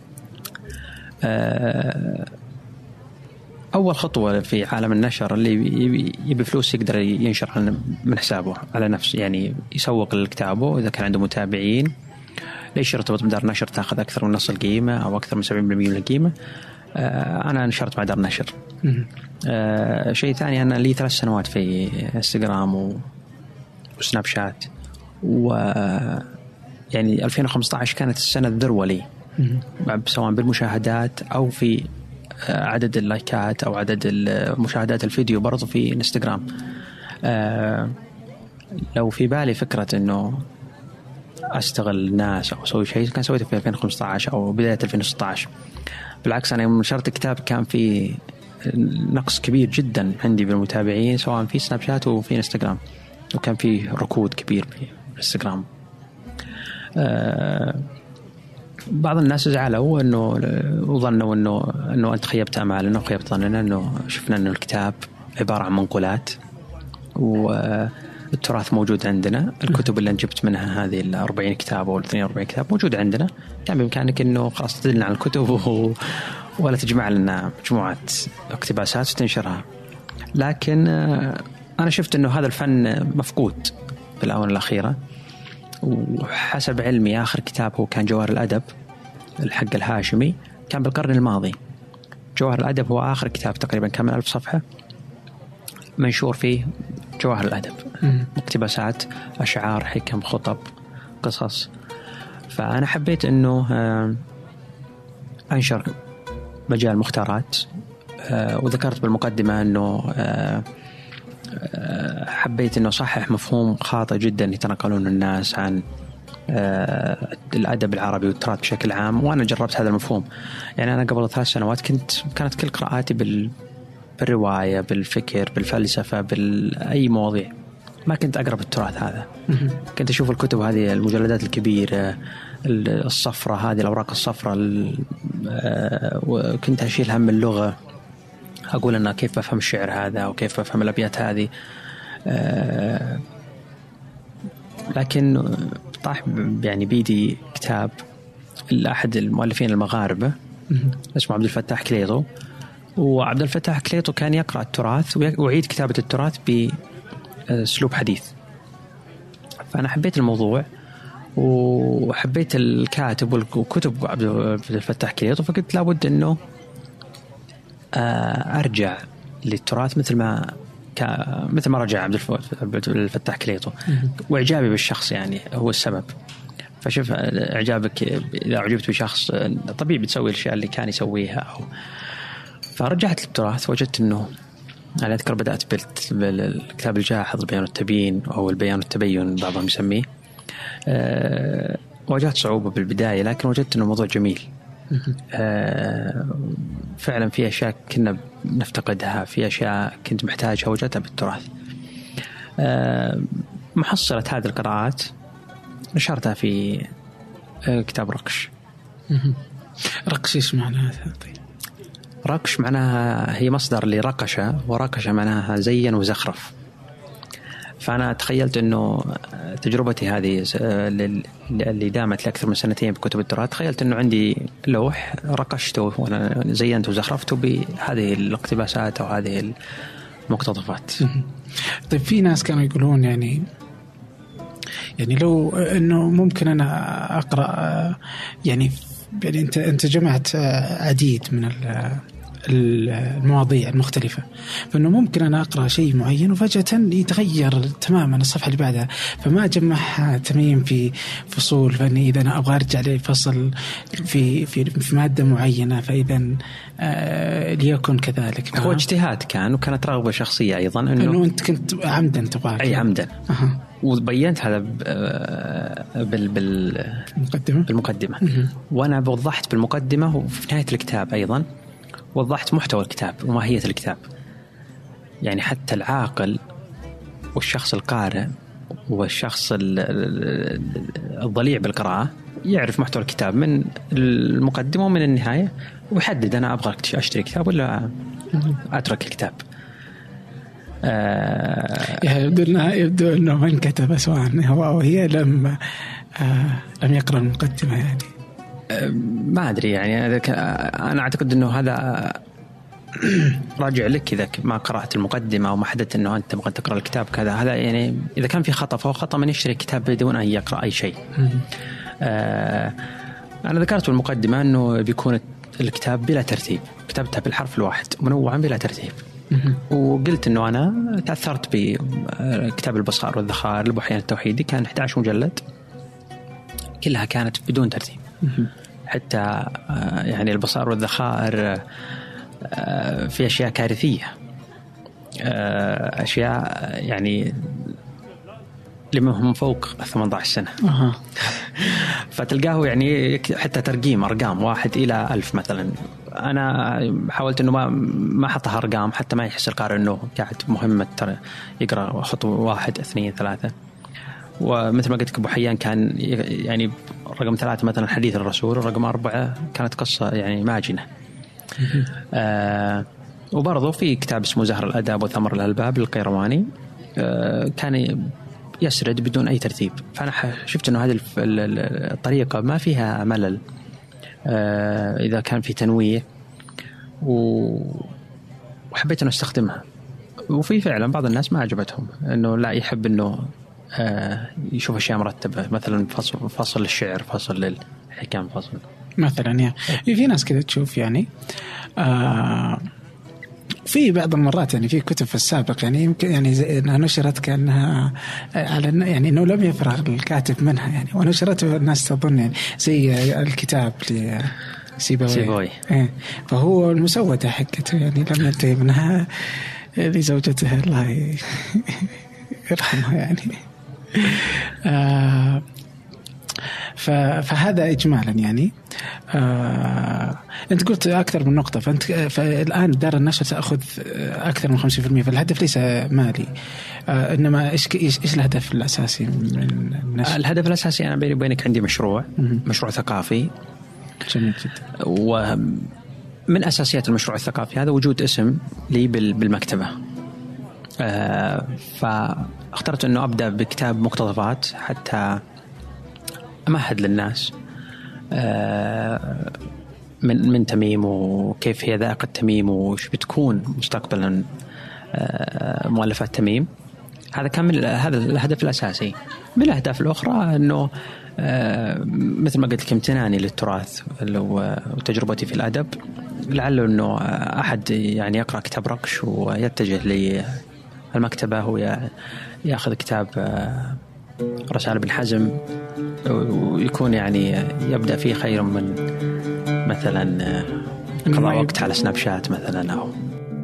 أول خطوة في عالم النشر اللي يبي فلوس يقدر ينشر من حسابه على نفسه، يعني يسوق لكتابه إذا كان عنده متابعين. ليش يرتبط بدار نشر تأخذ أكثر من نص القيمة أو أكثر من 70% من القيمة؟ أنا نشرت مع دار نشر. شيء ثاني، أنا لي 3 سنوات في انستغرام وسناب شات، يعني 2015 كانت السنة الذروة لي، سواء بالمشاهدات أو في عدد اللايكات أو عدد المشاهدات الفيديو برضو في انستغرام. لو في بالي فكرة إنه أستغل الناس أو أسوي شيء كان سويته في 2015 أو بداية 2016. بالعكس، أنا نشرت كتاب كان في نقص كبير جدا عندي بالمتابعين سواء في سناب شات وفي انستغرام، وكان في ركود كبير في انستغرام. بعض الناس زعلوا انه وظنوا انه انت خيبت امالنا وخيبت ظننا، انه شفنا انه الكتاب عباره عن منقولات والتراث موجود عندنا. الكتب اللي جبت منها هذه 40 كتاب او 42 كتاب موجود عندنا، كان بامكانك انه خلاص تدلنا على الكتب ولا تجمع لنا مجموعه اقتباسات وتنشرها. لكن انا شفت انه هذا الفن مفقود في الاونه الاخيره، وحسب علمي آخر كتاب هو كان جواهر الأدب الحق الهاشمي، كان بالقرن الماضي. جواهر الأدب هو آخر كتاب تقريبا كان من 1000 صفحة منشور فيه جواهر الأدب، مقتبسات، أشعار، حكم، خطب، قصص. فأنا حبيت أنه أنشر مجال مختارات، وذكرت بالمقدمة أنه حبيت أنه صحح مفهوم خاطئ جدا يتنقلون الناس عن الأدب العربي والتراث بشكل عام. وأنا جربت هذا المفهوم. يعني أنا قبل 3 سنوات كانت كل قراءاتي بالرواية، بالفكر، بالفلسفة، بأي مواضيع. ما كنت أقرب التراث هذا. كنت أشوف الكتب هذه، المجلدات الكبيرة الصفرة هذه، الأوراق الصفرة، وكنت أشيل هم اللغة، أقول أنا كيف بفهم الشعر هذا وكيف بفهم الأبيات هذه. لكن طاح يعني بيدي كتاب لأحد المؤلفين المغاربة اسمه عبد الفتاح كليطو. وعبد الفتاح كليطو كان يقرأ التراث ويعيد كتابة التراث بأسلوب حديث. فأنا حبيت الموضوع وحبيت الكاتب وكتب عبد الفتاح كليطو، فقلت لابد أنه أرجع للتراث مثل ما رجع عبد الفتاح كليطو. وإعجابي بالشخص يعني هو السبب. فشوف إعجابك، إذا أعجبت بشخص طبيعي بتسوي الأشياء اللي كان يسويها. فرجعت للتراث، وجدت أنه أنا أذكر بدأت بالكتاب الجاحظ، البيان والتبيين أو البيان والتبين بعضهم يسميه. واجهت صعوبة بالبداية، لكن وجدت أنه موضوع جميل. فعلا في أشياء كنا نفتقدها، في أشياء كنت محتاجها وجدتها بالتراث. محصلة هذه القراءات نشرتها في كتاب رقش. رقش إيش معناها؟ طيب، رقش معناها هي مصدر لرقشة، ورقشة معناها زين وزخرف. فأنا تخيلت أنه تجربتي هذه اللي دامت لأكثر من 2 بكتب التراث، تخيلت أنه عندي لوح رقشته وأنا زينته وزخرفته بهذه الاقتباسات أو هذه المقتطفات. طيب، في ناس كانوا يقولون يعني لو أنه ممكن أنا أقرأ يعني أنت جمعت عديد من المواضيع المختلفة، فإنه ممكن أنا أقرأ شيء معين وفجأة يتغير تماما الصفحة اللي بعدها، فما أجمعها تميم في فصول. فإني إذا أنا أبغى أرجع لفصل في مادة معينة، فإذا ليكن كذلك. هو اجتهاد كان، وكانت رغبة شخصية أيضا إنه أنت كنت عمدا تبغى. أي عمدا. وبينت هذا بالمقدمة. وأنا وضحت بالمقدمة، وفي نهاية الكتاب أيضا وضحت محتوى الكتاب وماهية الكتاب. يعني حتى العاقل والشخص القارئ والشخص الضليع بالقراءة يعرف محتوى الكتاب من المقدمة ومن النهاية، ويحدد أنا أبغى أشتري كتاب ولا أترك الكتاب. يبدو أنه من كتب سواء هو أو هي لم يقرأ المقدمة. يعني ما أدري، يعني أنا أعتقد أنه هذا راجع لك إذا ما قرأت المقدمة وما حددت أنه أنت تبغى تقرأ الكتاب كذا. هذا يعني إذا كان في خطأ فهو خطأ من يشتري كتاب بدون أن يقرأ أي شيء. أنا ذكرت بالمقدمة أنه بيكون الكتاب بلا ترتيب، كتبتها بالحرف الواحد منوعا بلا ترتيب. وقلت أنه أنا تأثرت بكتاب البصائر والذخائر لأبو حيان التوحيدي، كان 11 مجلد كلها كانت بدون ترتيب. حتى يعني البصائر والذخائر في أشياء كارثية، أشياء يعني لمن فوق 18 سنة. فتلقاه يعني حتى ترقيم أرقام 1 إلى 1000 مثلا. أنا حاولت إنه ما حطها أرقام حتى ما يحس القارئ إنه قاعد مهمة ترى يقرأ خطوة 1 2 3. ومثل ما قلت أبو حيان كان يعني رقم 3 مثلا حديث الرسول، رقم 4 كانت قصة يعني ماجنة. وبرضه في كتاب اسمه زهر الأدب وثمر الألباب للقيرواني، كان يسرد بدون أي ترتيب. فأنا شفت أنه هذه الطريقة ما فيها ملل إذا كان في تنويه، وحبيت أن أستخدمها. وفي فعلا بعض الناس ما عجبتهم، أنه لا يحب أنه يشوف أشياء مرتبة، مثلا فصل الشعر، فصل للحكام، فصل مثلا. يعني في ناس كذا تشوف يعني في بعض المرات يعني في كتب في السابق يعني يمكن يعني انها نشرت كانها على يعني انه لم يفرغ الكاتب منها يعني، ونشرته الناس تظن يعني زي الكتاب لسيبوي. فهو المسودة حقته يعني لم ينتهي منها لزوجته الله يرحمها يعني. فهذا إجمالا يعني. أنت قلت أكثر من نقطة، فالآن دار النشر تأخذ أكثر من 50%، فالهدف ليس مالي، إنما إيش الهدف الأساسي من النشر؟ الهدف الأساسي أنا بيني وبينك عندي مشروع ثقافي جميل جدا، ومن أساسيات المشروع الثقافي هذا وجود اسم لي بالمكتبة. فاخترت أنه أبدأ بكتاب مقتطفات حتى أمهد للناس من تميم، وكيف هي ذائقة تميم، وش بتكون مستقبلا مؤلفات تميم. هذا كان من هذا الهدف الأساسي. من الأهداف الأخرى أنه مثل ما قلت لك امتناني للتراث وتجربتي في الأدب، لعله أنه أحد يعني يقرأ كتاب رقش ويتجه للمكتبة ويأخذ كتاب رسالة بن حزم، ويكون يعني يبدأ فيه خير من مثلا قضاء وقت على سناب شات مثلا. أو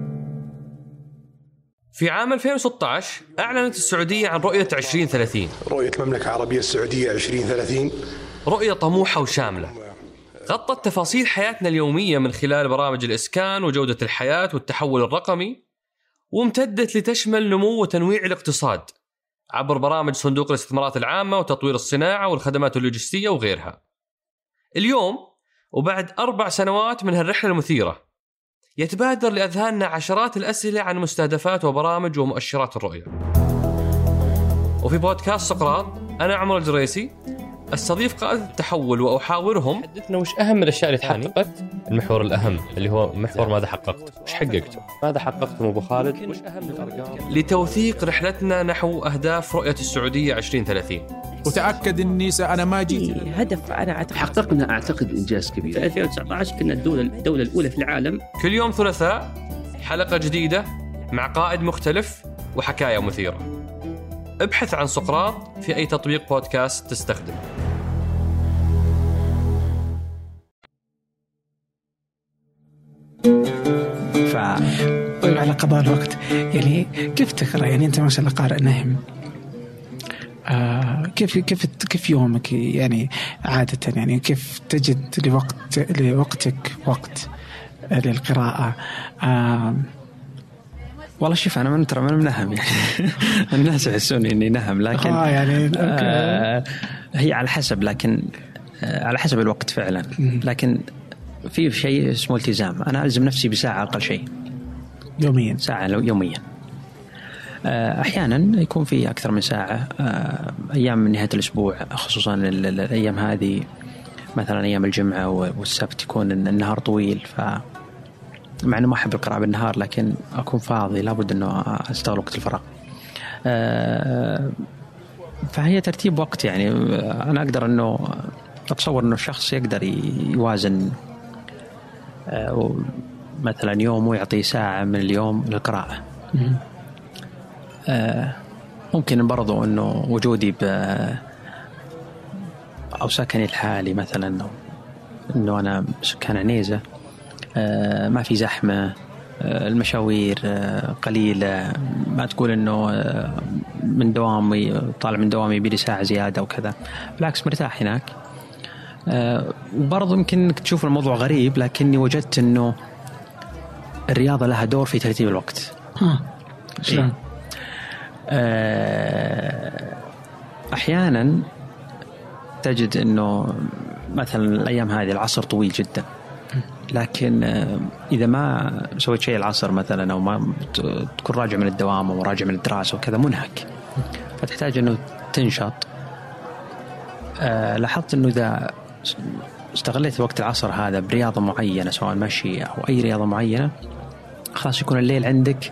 في عام 2016 أعلنت السعودية عن رؤية 2030، رؤية المملكة العربية السعودية 2030، رؤية طموحة وشاملة غطت تفاصيل حياتنا اليومية من خلال برامج الإسكان وجودة الحياة والتحول الرقمي، وامتدت لتشمل نمو وتنويع الاقتصاد عبر برامج صندوق الاستثمارات العامة وتطوير الصناعة والخدمات اللوجستية وغيرها. اليوم وبعد 4 سنوات من هالرحلة المثيرة، يتبادر لأذهاننا عشرات الأسئلة عن مستهدفات وبرامج ومؤشرات الرؤية. وفي بودكاست سقراط أنا عمر الجريسي استضيف قادة التحول وأحاورهم حدثنا وش أهم الأشياء اللي تحققت، المحور الأهم اللي هو محور ماذا حققت، وش حققته، ماذا حققت أبو خالد، وش أهم الأرقام، لتوثيق رحلتنا نحو أهداف رؤية السعودية 2030. وتأكد إني أنا ما جيت هدف أنا حققنا أعتقد إنجاز كبير. في 2019 كنا الدولة الأولى في العالم. كل يوم ثلاثاء حلقة جديدة مع قائد مختلف وحكاية مثيرة. ابحث عن سقراط في أي تطبيق بودكاست تستخدم. على قضاء الوقت يعني كيف تقرأ؟ يعني أنت ما شاء الله قارئ نهم، كيف يومك يعني عادة؟ يعني كيف تجد لوقتك وقت للقراءة؟ والله شوف أنا من نهم يعني الناس يحسوني إني نهم، لكن يعني هي على حسب، لكن على حسب الوقت فعلا. لكن في شيء اسمه التزام، أنا ألزم نفسي بساعة أقل شيء يوميا، ساعة يوميا. أحيانا يكون في أكثر من ساعة، أيام من نهاية الأسبوع خصوصا الأيام هذه، مثلا أيام الجمعة والسبت يكون النهار طويل، مع أنه ما أحب القراءة بالنهار لكن أكون فاضي لابد أنه أستغل وقت الفراغ. فهي ترتيب وقت يعني. أنا أقدر أنه أتصور أنه الشخص يقدر يوازن مثلا يوم ويعطي ساعة من اليوم للقراءة. ممكن برضو أنه وجودي أو سكني الحالي مثلا، أنه أنا سكان عنيزة، ما في زحمة، المشاوير قليلة، ما تقول أنه من دوامي طالع من دوامي بيلي ساعة زيادة وكذا، بالعكس مرتاح هناك. وبرضو يمكن أنك تشوف الموضوع غريب، لكني وجدت أنه الرياضة لها دور في ترتيب الوقت. شلون؟ أحيانا تجد أنه مثلا الأيام هذه العصر طويل جدا، لكن إذا ما سويت شيء العصر مثلا، أو ما تكون راجع من الدوام أو راجع من الدراسة وكذا منهك، فتحتاج أنه تنشط. لاحظت أنه إذا استغليت وقت العصر هذا برياضة معينة، سواء مشي أو أي رياضة معينة، خلاص يكون الليل عندك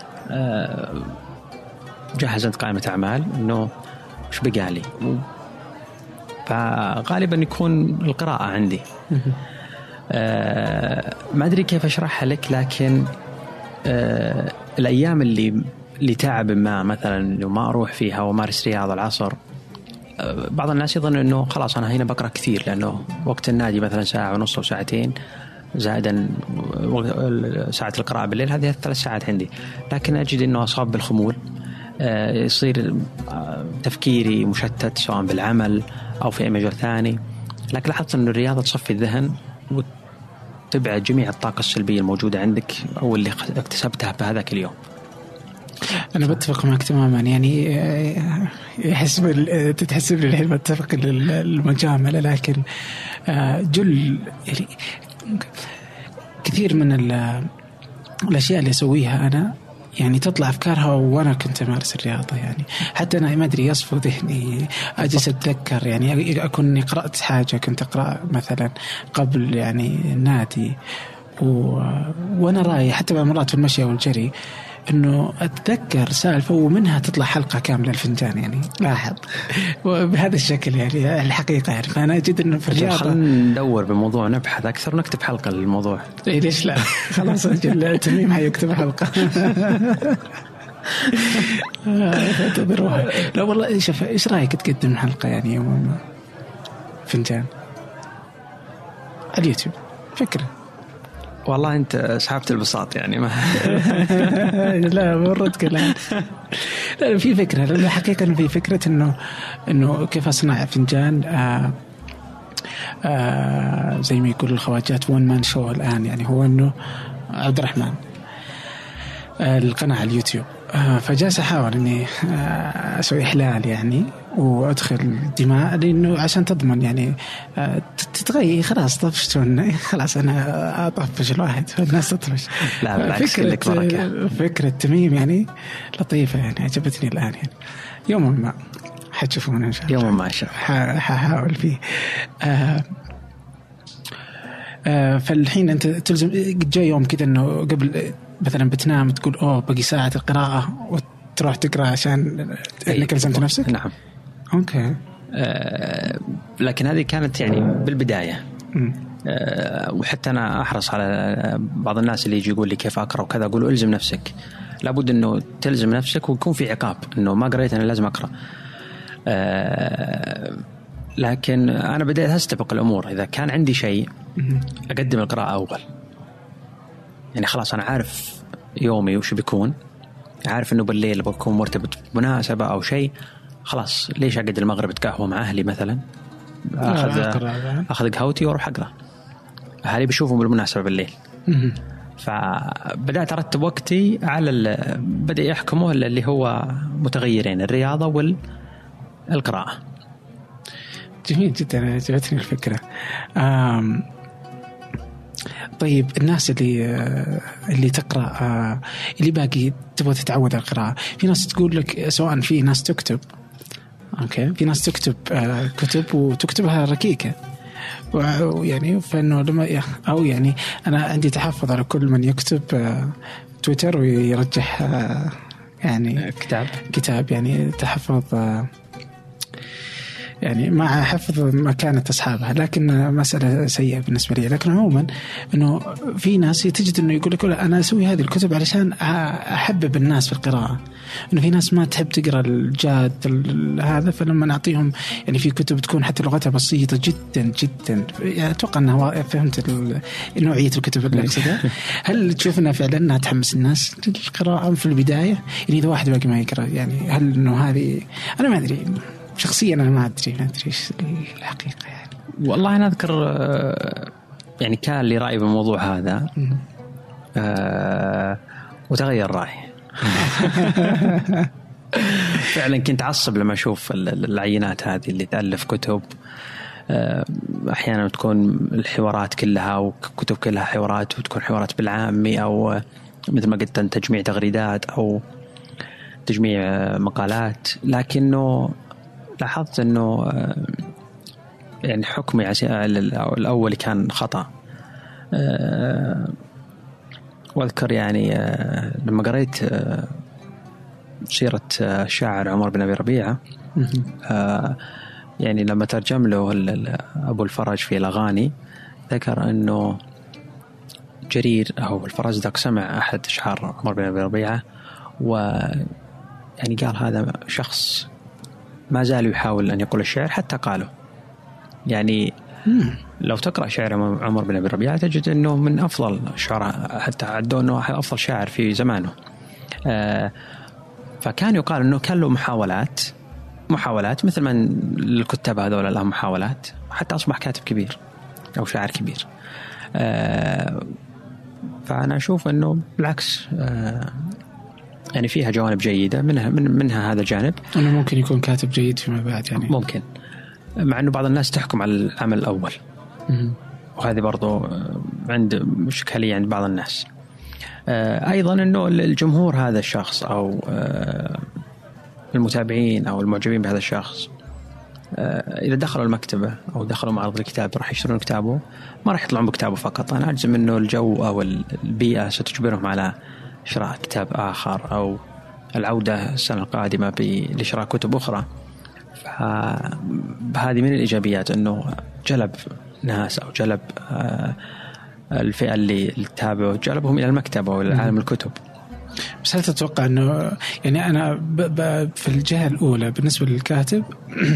جهزت قائمة أعمال إنه وش بقالي، فغالبا يكون القراءة عندي. ما أدري كيف أشرحها لك، لكن الأيام اللي تعب ما مثلا لو ما أروح فيها ومارس رياضة العصر، بعض الناس يظن إنه خلاص أنا هنا بقرأ كثير، لأنه وقت النادي مثلا ساعة ونص أو ساعتين، زائدا ساعة القراءة بالليل، هذه 3 ساعات عندي. لكن أجد إنه أصاب بالخمول، يصير تفكيري مشتت سواء بالعمل أو في أي مجال ثاني، لكن لاحظت أن الرياضة تصفي الذهن وتبعد جميع الطاقة السلبية الموجودة عندك أو اللي اكتسبتها بهذاك اليوم. أنا بتفق معك تماما، يعني تتحسب لي الحين بتفق المجاملة، لكن جل يعني كثير من الأشياء اللي أسويها أنا يعني تطلع أفكارها وأنا كنت أمارس الرياضة. يعني حتى أنا ما أدري يصفو ذهني أجلس أتذكر، يعني أكون قرأت حاجة كنت أقرأ مثلا قبل يعني النادي وأنا رايح، حتى مرات في المشي والجري، إنه أتذكر سالفة ومنها تطلع حلقة كاملة الفنجان. يعني لاحظ وبهذا الشكل يعني الحقيقة. يعني فأنا أجد إنه في الرياضة خلينا ندور بموضوع نبحث أكثر ونكتب حلقة للموضوع. إيه ليش لا؟ خلاص أجل تميم حيكتب حلقة. تدروها. لا والله شوف إيش رأيك تقدم حلقة يعني يوم فنجان اليوتيوب؟ فكرة والله أنت سحبت البساط يعني ما لا مرد كلام. لا في فكرة، لأن الحقيقة إنه في فكرة إنه كيف أصنع فنجان زي ما يقول الخواجات وان مان شو الآن. يعني هو إنه عبد الرحمن القناة على اليوتيوب، فجالس أحاول إني أسوي إحلال يعني وأدخل دماء، لأنه عشان تضمن يعني تتغير. خلاص طفشتون، خلاص أنا أطفش الواحد والناس تطفش. لا بالعكس لك بركة. فكرة تميم يعني لطيفة، يعني عجبتني الآن. يعني يوم ما حتشوفون إن شاء الله، يوم ما ححاول فيه. فالحين أنت تلزم جاي يوم كذا إنه قبل مثلا بتنام تقول باقي ساعة القراءة وتروح تقرأ عشان إنك لزمت نفسك. نعم. أوكي. لكن هذه كانت يعني بالبداية. وحتى أنا أحرص على بعض الناس اللي يجي يقول لي كيف أقرأ وكذا، أقول ألزم نفسك، لابد إنه تلزم نفسك ويكون في عقاب إنه ما قريت أنا لازم أقرأ. لكن أنا بدأت أستبق الأمور. إذا كان عندي شيء أقدم القراءة أول، يعني خلاص أنا عارف يومي وش بيكون، عارف إنه بالليل بكون مرتبط بمناسبة أو شيء، خلاص ليش أقعد المغرب أتقهوى مع أهلي مثلا، أخذ قهوتي وأروح أقرأ، أهلي بيشوفهم بالمناسبة بالليل. فبدأت أرتب وقتي على بدأ يحكمه اللي هو متغيرين، الرياضة والقراءة. جميل جدا، عجبتني الفكرة. طيب الناس اللي تقرأ، اللي باقي تبغى تتعود على القراءة، في ناس تقول لك سواء في ناس تكتب أوكي، في ناس تكتب كتب وتكتبها ركيكة، ويعني فإنه لما أو يعني أنا عندي تحفظ على كل من يكتب تويتر ويرجح يعني كتاب يعني تحفظ يعني مع حفظ مكانة أصحابها، لكن مسألة سيئة بالنسبة لي. لكن عموما إنه في ناس تجد إنه يقول لك أنا أسوي هذه الكتب علشان أحبب الناس في القراءة، إنه في ناس ما تحب تقرأ الجاد هذا، فلما نعطيهم يعني في كتب تكون حتى لغتها بسيطة جدا جدا، يعني أتوقع أنه فهمت نوعية الكتب اللي أقصدها. هل تشوف أنها فعلا أنها تحمس الناس للقراءة في البداية؟ يعني إذا واحد باقي ما يقرأ، يعني هل إنه هذه أنا ما أدري شخصيا، أنا ما أدري إيش الحقيقة يعني. والله أنا أذكر يعني كان لي رأي بالموضوع هذا وتغير رأيي. فعلا كنت أعصب لما أشوف العينات هذه اللي تألف كتب، أحيانا تكون الحوارات كلها وكتب كلها حوارات، وتكون حوارات بالعامي أو مثل ما قلت تجميع تغريدات أو تجميع مقالات. لكنه لاحظت أنه يعني حكمي الأول كان خطأ. وأذكر يعني لما قريت سيرة الشاعر عمر بن أبي ربيعة، يعني لما ترجم له أبو الفرج في الأغاني، ذكر أنه جرير أو الفرزدق سمع أحد أشعار عمر بن أبي ربيعة، ويعني قال هذا شخص ما زال يحاول أن يقول الشعر حتى قاله. يعني لو تقرأ شعر عمر بن أبي ربيعة تجد أنه من أفضل الشعراء، حتى عدوا أنه أفضل شاعر في زمانه. فكان يقال أنه كان له محاولات محاولات مثل ما الكتاب هذول الآن محاولات، حتى أصبح كاتب كبير أو شاعر كبير. فأنا أشوف أنه بالعكس يعني فيها جوانب جيدة، منها هذا الجانب أنه ممكن يكون كاتب جيد فيما بعد يعني. ممكن، مع أنه بعض الناس تحكم على العمل الأول، وهذه برضو عند إشكالية عند بعض الناس. أيضا أنه الجمهور هذا الشخص أو المتابعين أو المعجبين بهذا الشخص إذا دخلوا المكتبة أو دخلوا معرض الكتاب راح يشترون كتابه، ما راح يطلعون بكتابه فقط. أنا أجزم أنه الجو أو البيئة ستجبرهم على شراء كتاب آخر أو العودة السنة القادمة لشراء كتب أخرى. فهذه من الإيجابيات، أنه جلب ناس أو جلب الفئة اللي تتابعه، جلبهم إلى المكتبة وإلى عالم الكتب. بس هل تتوقع أنه يعني أنا في الجهة الأولى بالنسبة للكاتب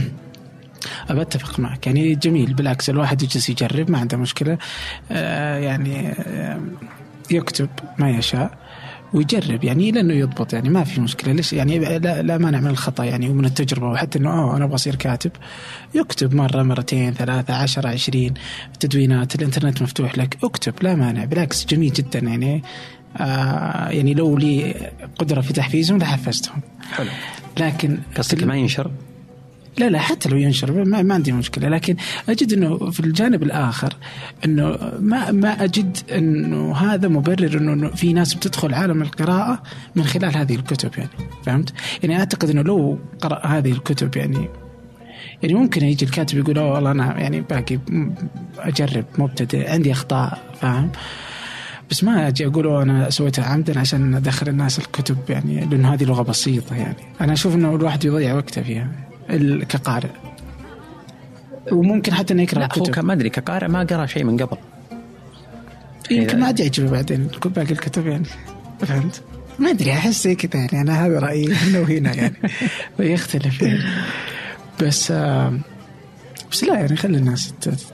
أتفق معك، يعني جميل بالعكس الواحد يجلس يجرب ما عنده مشكلة، يعني يكتب ما يشاء ويجرب يعني لأنه يضبط، يعني ما في مشكلة. ليش يعني لا مانع من الخطأ يعني ومن التجربة، وحتى إنه أنا بصير كاتب يكتب مرة مرتين 3 10 20 تدوينات، الإنترنت مفتوح لك اكتب لا مانع، بالعكس جميل جدا يعني. يعني لو لي قدرة في تحفيزهم لحفزتهم. حلو. لكن قصدك ما ينشر؟ لا حتى لو ينشر ما عندي مشكلة، لكن أجد أنه في الجانب الآخر أنه ما أجد أنه هذا مبرر أنه في ناس بتدخل عالم القراءة من خلال هذه الكتب يعني. فهمت؟ يعني أعتقد أنه لو قرأ هذه الكتب يعني ممكن يجي الكاتب يقول والله أنا يعني باقي أجرب مبتدئ عندي أخطاء، فاهم؟ بس ما أجي أقوله أنا سويتها عمدا عشان أدخل الناس الكتب يعني، لأنه هذه لغة بسيطة يعني. أنا أشوف أنه الواحد يضيع وقته فيها كقارئ، وممكن حتى انه يقرا الكتب. ما ادري كقارئ ما قرا شيء من قبل، يمكن ما عاد يعجبه بعدين باقي الكتب يعني. فهمت؟ ما ادري احس كذا يعني. انا هذا رايي هنا وهنا يعني ويختلف يعني. بس لا يعني خلي الناس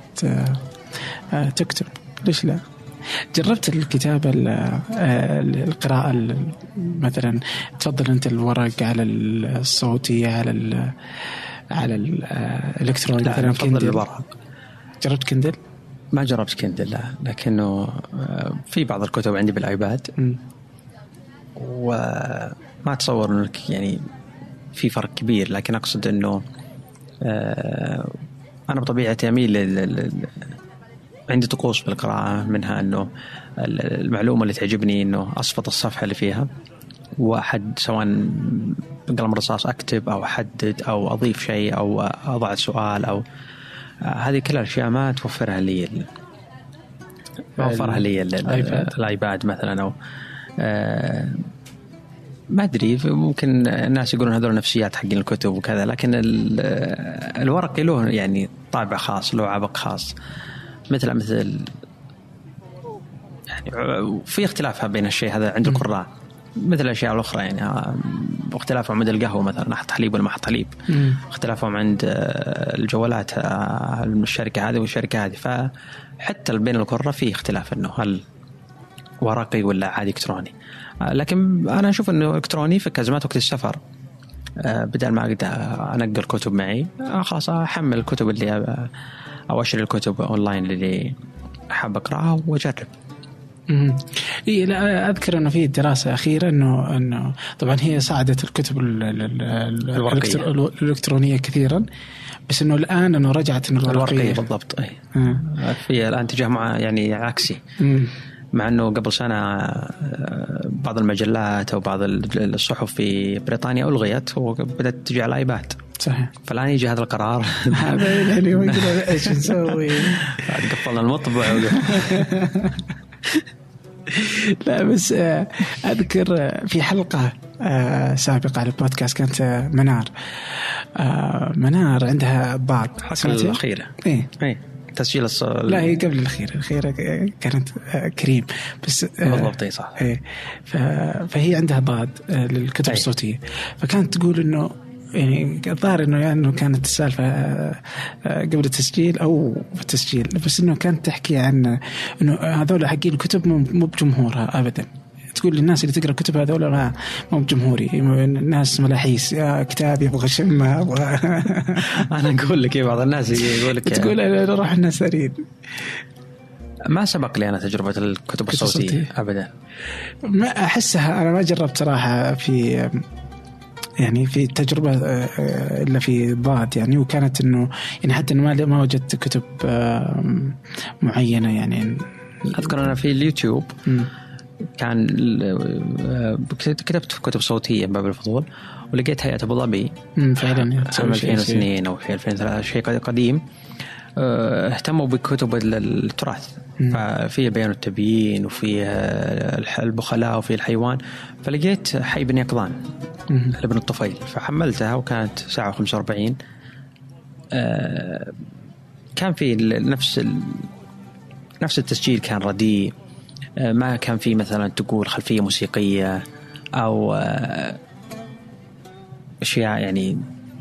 تكتب، ليش لا؟ جربت الكتابة القراءة مثلا تفضل أنت الورق على الصوتي على الإلكتروني مثلا كندل؟ الورق. جربت كندل؟ ما جربت كندل لا، لكنه في بعض الكتب عندي بالآيباد وما أتصور إنك يعني في فرق كبير، لكن أقصد إنه أنا بطبيعتي أميل عندي طقوس بالقراءة، منها أنه المعلومة اللي تعجبني أنه أصفط الصفحة اللي فيها وأحد سواء بقلم رصاص أكتب أو أحدد أو أضيف شيء أو أضع سؤال أو هذه كل الأشياء ما توفرها لي الآيباد مثلا أو ما أدري. ممكن الناس يقولون هذول نفسيات حقين الكتب وكذا، لكن الورق له يعني طابع خاص، له عبق خاص، مثل يعني في اختلافها بين الشيء هذا عند القراء مثل الأشياء الأخرى يعني. اختلافهم عند القهوة مثلا أحط حليب ولا ما أحط حليب، اختلافهم عند الجوالات الشركة هذه والشركة هذه. فحتى بين القراء في اختلاف إنه هل ورقي ولا عادي إلكتروني. لكن أنا أشوف إنه إلكتروني في أزمات وقت السفر، بدل ما أقدر أنقل كتب معي خلاص أحمل الكتب اللي أو أشتري الكتب أونلاين اللي أحب أقرأها وأجرب. إيه لا أذكر أنه في دراسة أخيرة أنه طبعا هي صعدت الكتب الإلكترونية كثيرا، بس أنه الآن أنه رجعت إنه الورقية بالضبط. أي في الآن اتجاه مع يعني عكسي، مع أنه قبل سنة بعض المجلات أو بعض الصحف في بريطانيا ألغيت وبدأت تجي على الآيباد. صحيح. فالآن يجي هذا القرار هذا يعني ما يقدر إيش نسوي بعد قفلنا المطبع لا بس أذكر في حلقة سابقة على البودكاست كانت منار عندها ضاد الأخيرة. إيه تسجيل لا هي قبل الأخيرة كانت كريم بس بالضبط صح. إيه فهي عندها ضاد للكتب الصوتية، فكانت تقول إنه يعني الظاهر إنه كانت السالفة قبل التسجيل أو في التسجيل، بس إنه كانت تحكي عن إنه هذول حقين الكتب مو بجمهورها أبدا. تقول للناس اللي تقرأ كتب هذول ما مو جمهوري، الناس ملاحيس، كتاب يبغى شمة أبغى أنا أقول لك بعض الناس يقول لك تقول روح الناس سريد. ما سبق لي أنا تجربة الكتب الصوتية أبدا، ما أحسها. أنا ما جربت صراحة في يعني في تجربة إلا في ضاد يعني، وكانت إنه يعني حتى إنه ما وجدت كتب معينة يعني. أذكر أنا في اليوتيوب كان كتبت كتب صوتية باب الفضول، ولقيت هيئة أبو ظبي فعلا عام 2002 أو 2003 شيء قديم، اهتموا بكتب التراث، ففي بيان التبيين وفي البخلاء وفي الحيوان. فلقيت حي بن يقظان لابن الطفيل، فحملتها وكانت ساعة 45. كان في نفس التسجيل كان رديء، ما كان في مثلا تقول خلفية موسيقية أو أشياء يعني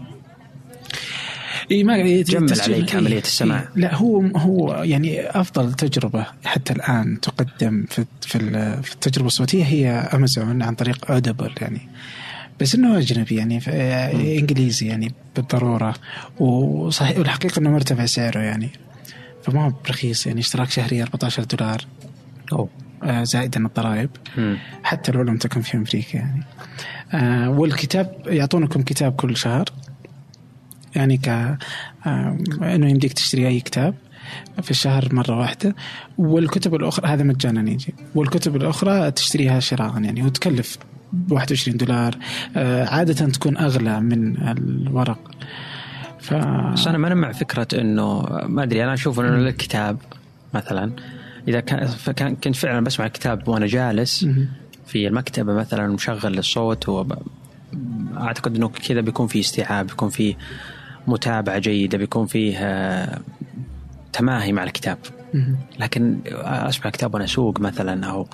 ما جمل عليك عملية السماع. لا هو يعني أفضل تجربة حتى الآن تقدم في التجربة الصوتية هي أمازون عن طريق أوديبل يعني، بس إنه أجنبي يعني إنجليزي يعني بالضرورة، وصحيح والحقيقة إنه مرتفع سعره يعني، فما هو برخيص يعني. اشتراك شهري $14 زائدا الضرائب، حتى لو لم تكن في أمريكا يعني. والكتاب يعطونكم كتاب كل شهر يعني، إنه يمديك تشتري أي كتاب في الشهر مرة واحدة، والكتب الأخرى هذا مجانا يجي، والكتب الأخرى تشتريها شراء يعني، وتكلف $21. عادة تكون أغلى من الورق. بس أنا ما مع فكرة إنه ما أدري، أنا أشوف إنه الكتاب مثلا إذا كنت فعلا بسمع الكتاب وأنا جالس في المكتبة مثلا مشغل الصوت، أعتقد إنه كذا بيكون فيه استيعاب، بيكون فيه متابعة جيدة، بيكون فيه تماهي مع الكتاب. لكن أسمع كتاب وأنا أسوق مثلا، أو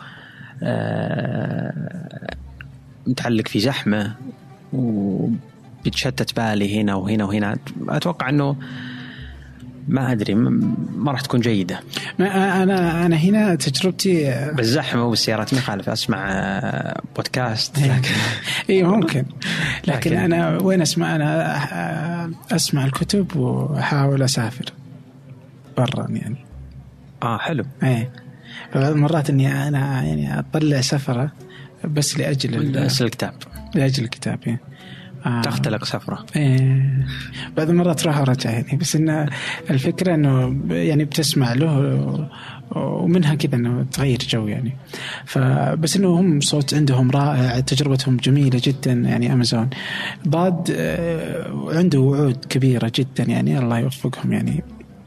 متعلق في زحمة وبتشتت بالي هنا وهنا وهنا، أتوقع أنه ما أدري ما راح تكون جيدة. أنا هنا تجربتي بالزحمة وبالسيارات ما يخالف أسمع بودكاست. إيه ممكن، لكن أنا وين أسمع؟ أنا أسمع الكتب وأحاول أسافر برا يعني. حلو. إيه بعض المرات إني أنا يعني أطلع سفرة بس لأجل الكتاب، لأجل الكتاب يعني. تختلق سفرة. بعض المرات راح ورجع يعني، بس إن الفكرة إنه يعني بتسمع له ومنها كذا إنه تغير جو يعني. فبس إنه هم صوت عندهم رائع، تجربتهم جميلة جدا يعني. أمازون ضاد عنده وعود كبيرة جدا يعني، الله يوفقهم يعني.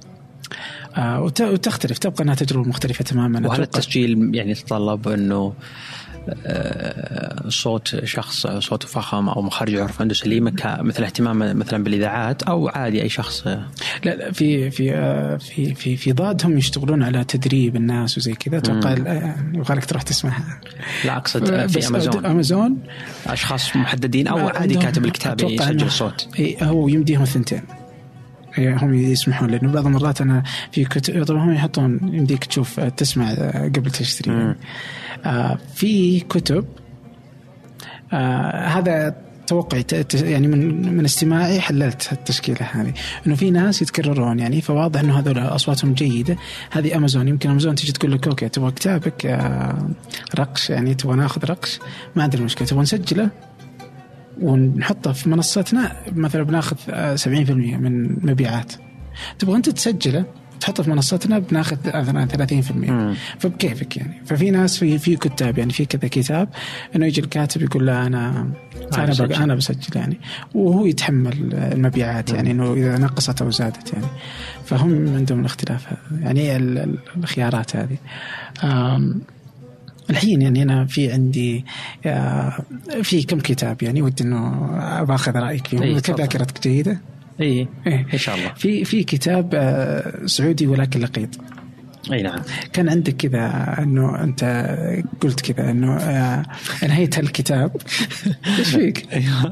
وتختلف، تبقى أنها تجربة مختلفة تماما. وهل التسجيل يعني يتطلب إنه صوت شخص صوته فخم أو مخرج عرف عنده سليمة مثل اهتمام مثلا بالإذاعات، أو عادي أي شخص؟ لا في ضاد هم يشتغلون على تدريب الناس وزي كذا. أتوقع يبغالك تروح تسمعها. لا أقصد في أمازون أشخاص محددين، أو عادي كاتب الكتاب يسجل صوت؟ هو يمديهم الثنتين، هم يسمحون، لأنه بعض المرات أنا في كتب طبعا هم يحطون يمديك تشوف تسمع قبل تشتري. في كتب هذا توقعي يعني من استماعي حللت التشكيلة هذه، إنه في ناس يتكررون يعني، فواضح إنه هذول أصواتهم جيدة. هذه أمازون، يمكن أمازون تيجي تقول لك أوكي تبغى كتابك رقش يعني، تبغى ناخذ رقش، ما عندنا مشكلة، تبغى نسجله ونحطه في منصتنا مثلا بناخذ 70% من مبيعات، تبغى أنت تسجله تحطه في منصتنا بناخذ 30%. فبكيفك يعني. ففي ناس في كتاب يعني، في كذا كتاب إنه يجي الكاتب يقول لا أنا بسجل يعني، وهو يتحمل المبيعات يعني، إنه إذا نقصت أو زادت يعني. فهم عندهم الاختلاف يعني، الخيارات هذه. الحين يعني أنا في عندي في كم كتاب يعني ودي إنه باخذ رأيك فيهم. ذاكرتك جيدة؟ إيه إن شاء الله. في كتاب سعودي ولكن لقيط. أي نعم. كان عندك كذا إنه أنت قلت كذا إنه نهاية الكتاب إيش فيك؟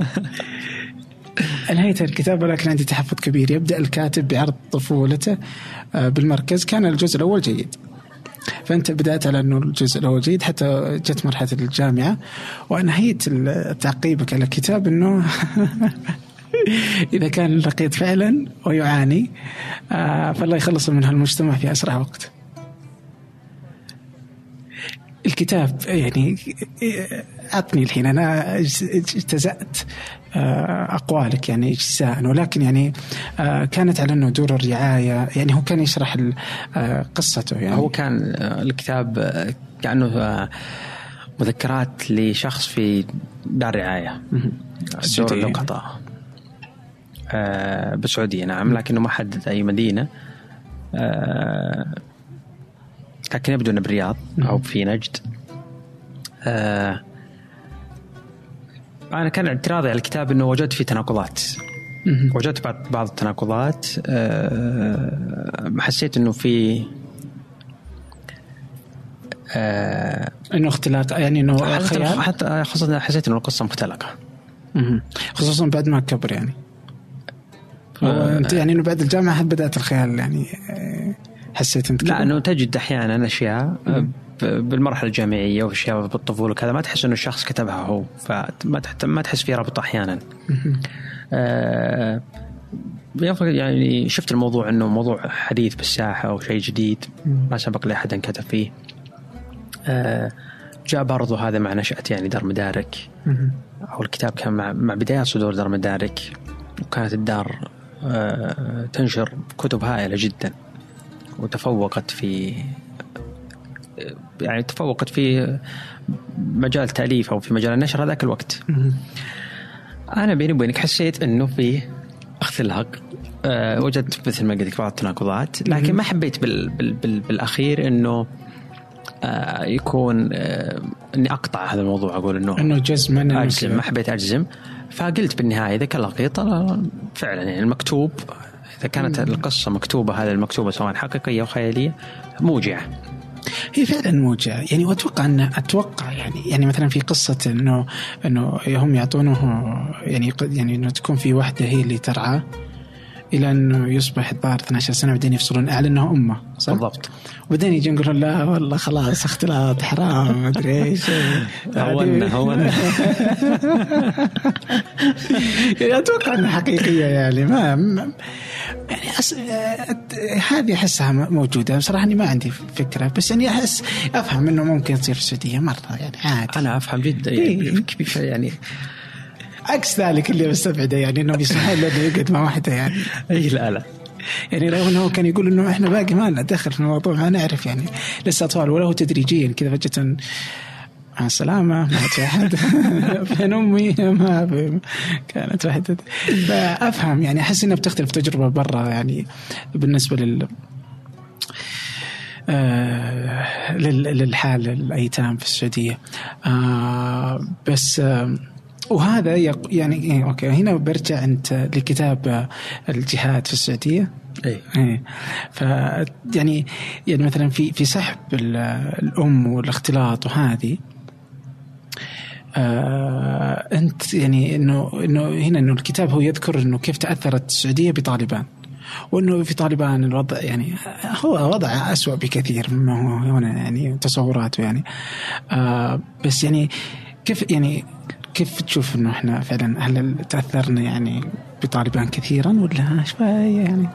نهاية الكتاب ولكن عندي تحفظ كبير. يبدأ الكاتب بعرض طفولته بالمركز. كان الجزء الأول جيد، فأنت بدأت على أنه الجزء الأول جيد حتى جت مرحلة الجامعة، وأنهيت تعقيبك على الكتاب أنه إذا كان لقيت فعلا ويعاني فالله يخلص من هالمجتمع في أسرع وقت. الكتاب يعني أعطني الحين، أنا اجتزأت أقوالك يعني اجزاء، ولكن يعني كانت على أنه دور الرعاية، يعني هو كان يشرح قصته يعني. هو كان الكتاب كأنه مذكرات لشخص في دار رعاية، دور اللقطة بالسعودية نعم، لكنه ما حدد أي مدينة، لكن يبدو أنه بالرياض أو في نجد. أنا كان اعتراضي على الكتاب أنه وجدت فيه تناقضات، وجدت بعض التناقضات، حسيت أنه في أنه اختلاط، يعني أنه خيال، حتى خاصة حسيت أنه القصة مختلقة، خصوصا بعد ما كبر يعني. أنت يعني إنه بعد الجامعة بدأت الخيال يعني حسيت أنت؟ لا، أنه تجد أحيانا أشياء بالمرحلة الجامعية وأشياء بالطفولة كذا ما تحس إنه الشخص كتبها هو، فما تحس فيه ربط أحيانا. يعني شفت الموضوع إنه موضوع حديث بالساحة أو شيء جديد ما سبق لأحد كتب فيه. جاء برضو هذا مع نشأة يعني دار مدارك، أو الكتاب كان مع بدايات صدور دار مدارك، وكانت الدار تنشر كتب هائلة جدا، وتفوقت في مجال التأليف أو في مجال النشر هذاك الوقت. أنا بيني وبينك حسيت إنه في اختلاق، وجدت مثل ما قلت بعض التناقضات، لكن ما حبيت بالأخير إنه يكون إني أقطع هذا الموضوع، أقول إنه جزما أجزم، ما حبيت أجزم، فقلت بالنهاية إذا كان لقيطة فعلا يعني المكتوب، إذا كانت القصة مكتوبة، هذا المكتوبة سواء حقيقية أو خيالية موجعة، هي فعلا موجعة يعني. وأتوقع يعني مثلا في قصة إنه هم يعطونه يعني إنه تكون في واحدة هي اللي ترعاه إلى أنه يصبح الظاهر 12 سنة، بعدين يفصلون أعلى أنه أمه، صح؟ بالضبط. وبعدين يجي يقولون لا والله خلاص اختلاط حرام ما أدري إيش. هونا يعني أتوقع أنها حقيقية يعني ما يعني هذه أحسها موجودة بصراحة. أني ما عندي فكرة، بس أني أفهم أنه ممكن تصير في السعودية مرة يعني عادي. أنا أفهم جدا يعني عكس ذلك اللي مستبعده يعني انه بيسمح له يقعد مع واحدة يعني. لا يعني رغم انه كان يقول انه احنا باقي ما لنا دخل في الموضوع، ما نعرف يعني لسه اطفال، ولا هو تدريجيا كذا فجأة مع السلامة ما في أحد فين أمي ما كانت واحدة. فأفهم يعني أحس إنها بتختلف تجربة برا يعني بالنسبة للحال الأيتام في السعودية. بس وهذا يعني أوكي هنا برجع أنت لكتاب الجهاد في السعودية. إيه. يعني مثلا في سحب الأم والاختلاط وهذه أنت يعني إنه هنا إنه الكتاب هو يذكر إنه كيف تأثرت السعودية بطالبان، وإنه في طالبان الوضع يعني هو وضع أسوأ بكثير مما هو هنا يعني تصوراته يعني. بس يعني كيف تشوف إنه إحنا فعلا هل تأثرنا يعني بطالبان كثيرا ولا شوية يعني؟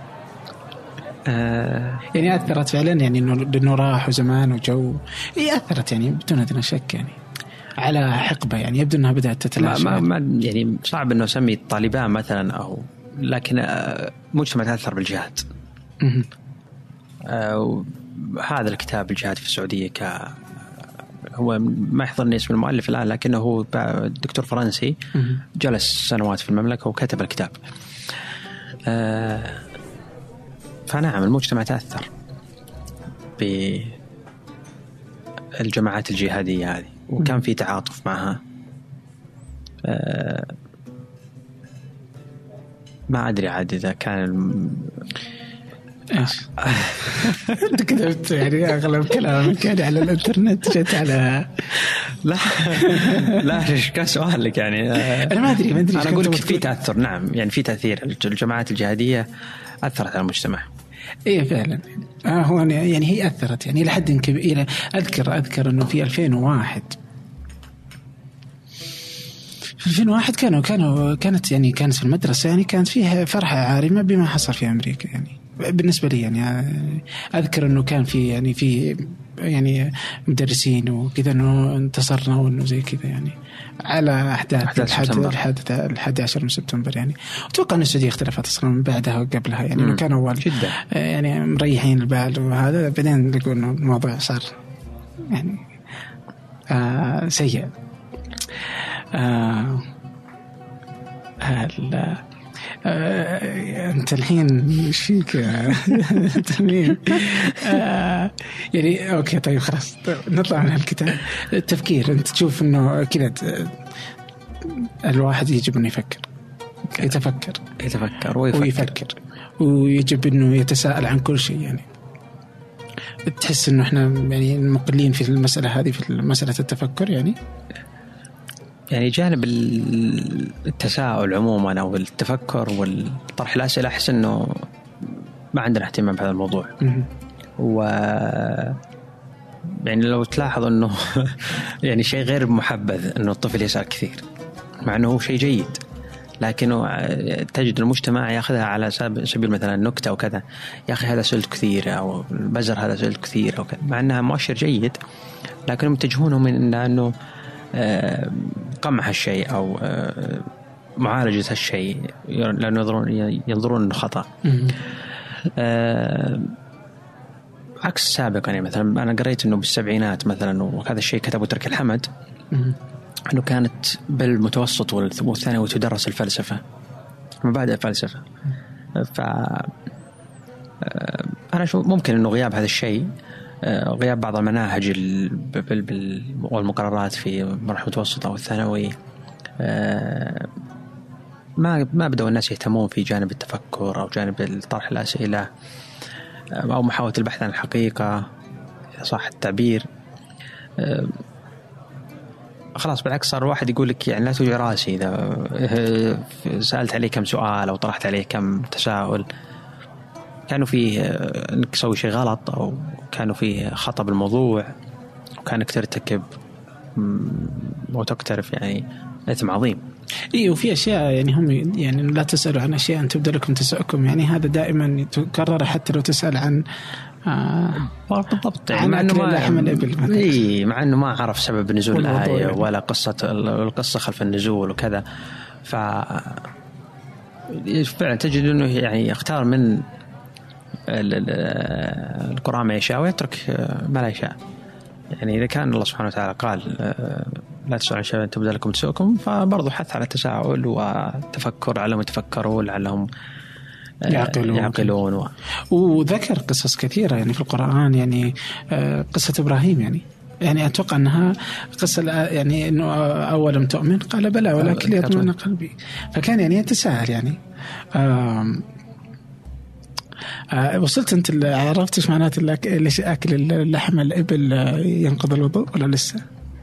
يعني أثرت فعلا يعني إنه راح وزمان وجو أثرت يعني بدون أدنى شك يعني على حقبة يعني يبدو أنها بدأت تتلاشى. ما يعني صعب إنه أسمي الطالبان مثلا أو، لكن مجتمع تأثر بالجهاد. هذا الكتاب الجهاد في السعودية هو ما يحضرني اسم المؤلف الآن، لكنه هو دكتور فرنسي جلس سنوات في المملكة وكتب الكتاب. فنعم المجتمع تأثر بالجماعات الجهادية هذه، وكان في تعاطف معها. ما أدري عاد إذا كان أنت كتبت يعني أغلب كلامك يعني على الإنترنت جت على لا كان سؤال لك يعني. أنا ما أدري أنا أقول لك في تأثر. نعم يعني في تأثير، الجماعات الجهادية أثرت على المجتمع. إيه فعلا. هو يعني هي أثرت يعني لحد كبير. أذكر إنه في 2001 كانت في المدرسة يعني كانت فيها فرحة عارمة بما حصل في أمريكا يعني بالنسبة لي يعني أذكر إنه كان في مدرسين وكذا إنه انتصرنا وإنه زي كذا يعني على أحداث 11 من سبتمبر يعني. أتوقع أن السعودية اختلفت أصلا من بعدها وقبلها يعني إنه كانوا أول جدا يعني مريحين البال وهذا بعدين لقوا إنه الموضوع صار يعني سيء. أنت الحين إيش فيك تميم؟ يعني أوكي طيب خلاص نطلع من هالكتاب. التفكير أنت تشوف إنه كذا الواحد يجب إنه يتفكر ويفكر ويجب إنه يتساءل عن كل شيء يعني. تحس إنه إحنا يعني مقلين في المسألة هذه في مسألة التفكر يعني جانب التساؤل عموما أو التفكر والطرح الأسئلة أحس إنه ما عندنا اهتمام بهذا الموضوع. و يعني لو تلاحظ إنه يعني شيء غير محبذ إنه الطفل يسأل كثير مع إنه هو شيء جيد، لكنه تجد المجتمع يأخذها على سبيل مثلا نكتة أو كذا، يا أخي هذا سئلت كثير أو البزر هذا سئلت كثير أو كذا، مع أنها مؤشر جيد لكنهم يتجهونه من أنه قمع هالشيء أو معالجة هالشيء لأنه ينظرون أنه خطأ. عكس سابقا يعني مثلا أنا قريت أنه بالسبعينات مثلا وهذا الشيء كتبه ترك الحمد أنه كانت بالمتوسط والثانوي تدرس الفلسفة مبادئ الفلسفة. أنا شوف ممكن أنه غياب هذا الشيء، غياب بعض المناهج والمقررات في مرحلة المتوسط أو الثانوي، ما بدأوا الناس يهتمون في جانب التفكر أو جانب طرح الأسئلة أو محاولة البحث عن الحقيقة صح التعبير. خلاص بالعكس صار الواحد يقول لك يعني لا توجع راسي إذا سألت عليه كم سؤال أو طرحت عليه كم تساؤل، كانوا فيه انك تسوي شيء غلط او كانوا فيه خطأ بالموضوع وكانك ترتكب او تقترف يعني إثم عظيم. إيه وفي أشياء يعني هم يعني لا تسألوا عن أشياء أن تبدأ لكم تسألكم يعني هذا دائما يتكرر حتى لو تسأل عن بالضبط يعني مع أنه ما عرف سبب نزول الآية يعني. ولا القصة خلف النزول وكذا، فعلا تجد أنه يعني يختار من القرآن ما يشاء ويترك ما لا يشاء. يعني إذا كان الله سبحانه وتعالى قال لا تسألوا عن شيء تبدأ لكم تسؤكم، فبرضو حث على التساؤل وتفكر علهم يتفكروا لعلهم يعقلون. وذكر قصص كثيرة يعني في القرآن يعني قصة إبراهيم يعني أتوقع أنها قصة يعني إنه أولم تؤمن قال بلى ولكن ليطمئن قلبي، فكان يعني يتساءل يعني. وصلت أنت عرفت إيش معنات أكل اللحم الإبل ينقض الوضوء ولا لسه؟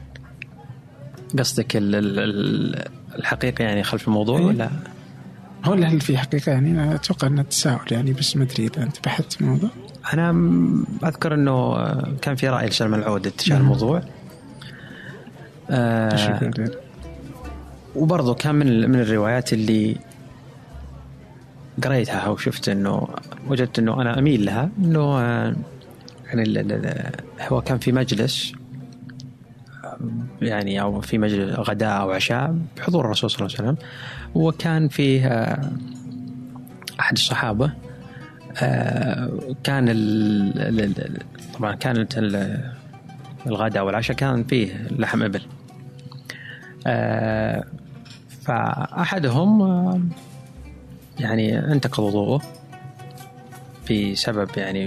قصدك الحقيقة يعني خلف الموضوع ولا هو هل في حقيقة يعني؟ أنا أتوقع أن التساؤل يعني بس ما أدري إذا أنت بحثت في الموضوع. أنا أذكر أنه كان في رأي لسلمان العودة تجاه الموضوع. وبرضه كان من الروايات اللي قريتها وشفت انه وجدت انه انا اميل لها، انه يعني هو كان في مجلس يعني او في مجلس غداء او عشاء بحضور الرسول صلى الله عليه وسلم، وكان فيه احد الصحابه كان طبعا كانت الغداء والعشاء كان فيه لحم ابل، فاحدهم يعني انتقض وضوءه بسبب يعني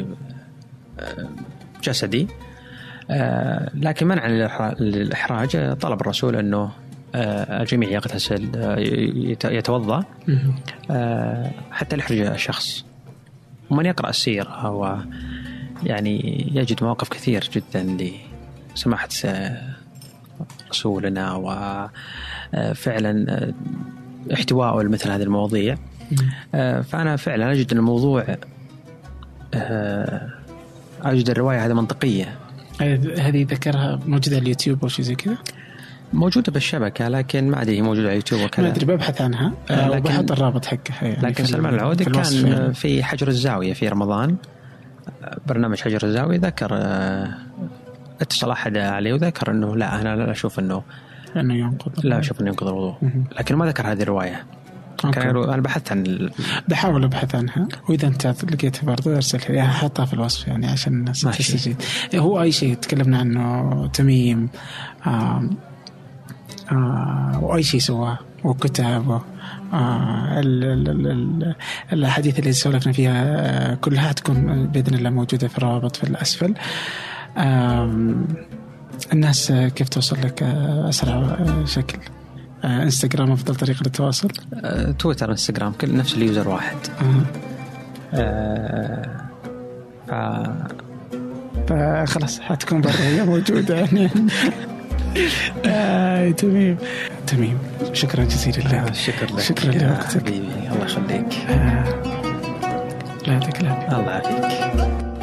جسدي، لكن منعا للإحراج طلب الرسول أنه الجميع يغتسل يتوضأ حتى يحرج الشخص. ومن يقرأ السيرة هو يعني يجد مواقف كثير جدا لسماحة رسولنا وفعلا احتواءه لمثل هذه المواضيع. فأنا فعلا أجد أن الموضوع أجد الرواية هذه منطقية. هذه ذكرها موجودة على اليوتيوب أو شيء زي كذا؟ موجودة بالشبكة لكن ما أدري موجودة على اليوتيوب وكذا. ما أدري ببحث عنها وبحط الرابط حقها يعني. لكن سلمان العودة كان في حجر الزاوية في رمضان، برنامج حجر الزاوية، ذكر اتصل أحد عليه وذكر إنه لا أنا لا أشوف إنه ينقض، لا أشوف إنه ينقض الوضوء، لكن ما ذكر هذه الرواية. أنا بحثت عن بحاول أبحث عنها، وإذا أنت لقيتها برضو أرسلها لي، حطها في الوصف يعني عشان الناس تستجيب. هو أي شيء تكلمنا عنه تميم وأي شيء سواه وكتابه الحديث اللي سولفنا فيها كلها تكون بإذن الله موجودة في الروابط في الأسفل. الناس كيف توصل لك أسرع شكل؟ انستغرام أفضل طريقة للتواصل؟ تويتر، انستغرام، كل نفس اليوزر واحد. فخلاص حتكون برا موجودة يعني. تميم شكرا جزيلا لك. شكرا لوقتك. الله يخليك. لا تكلم. الله يعافيك.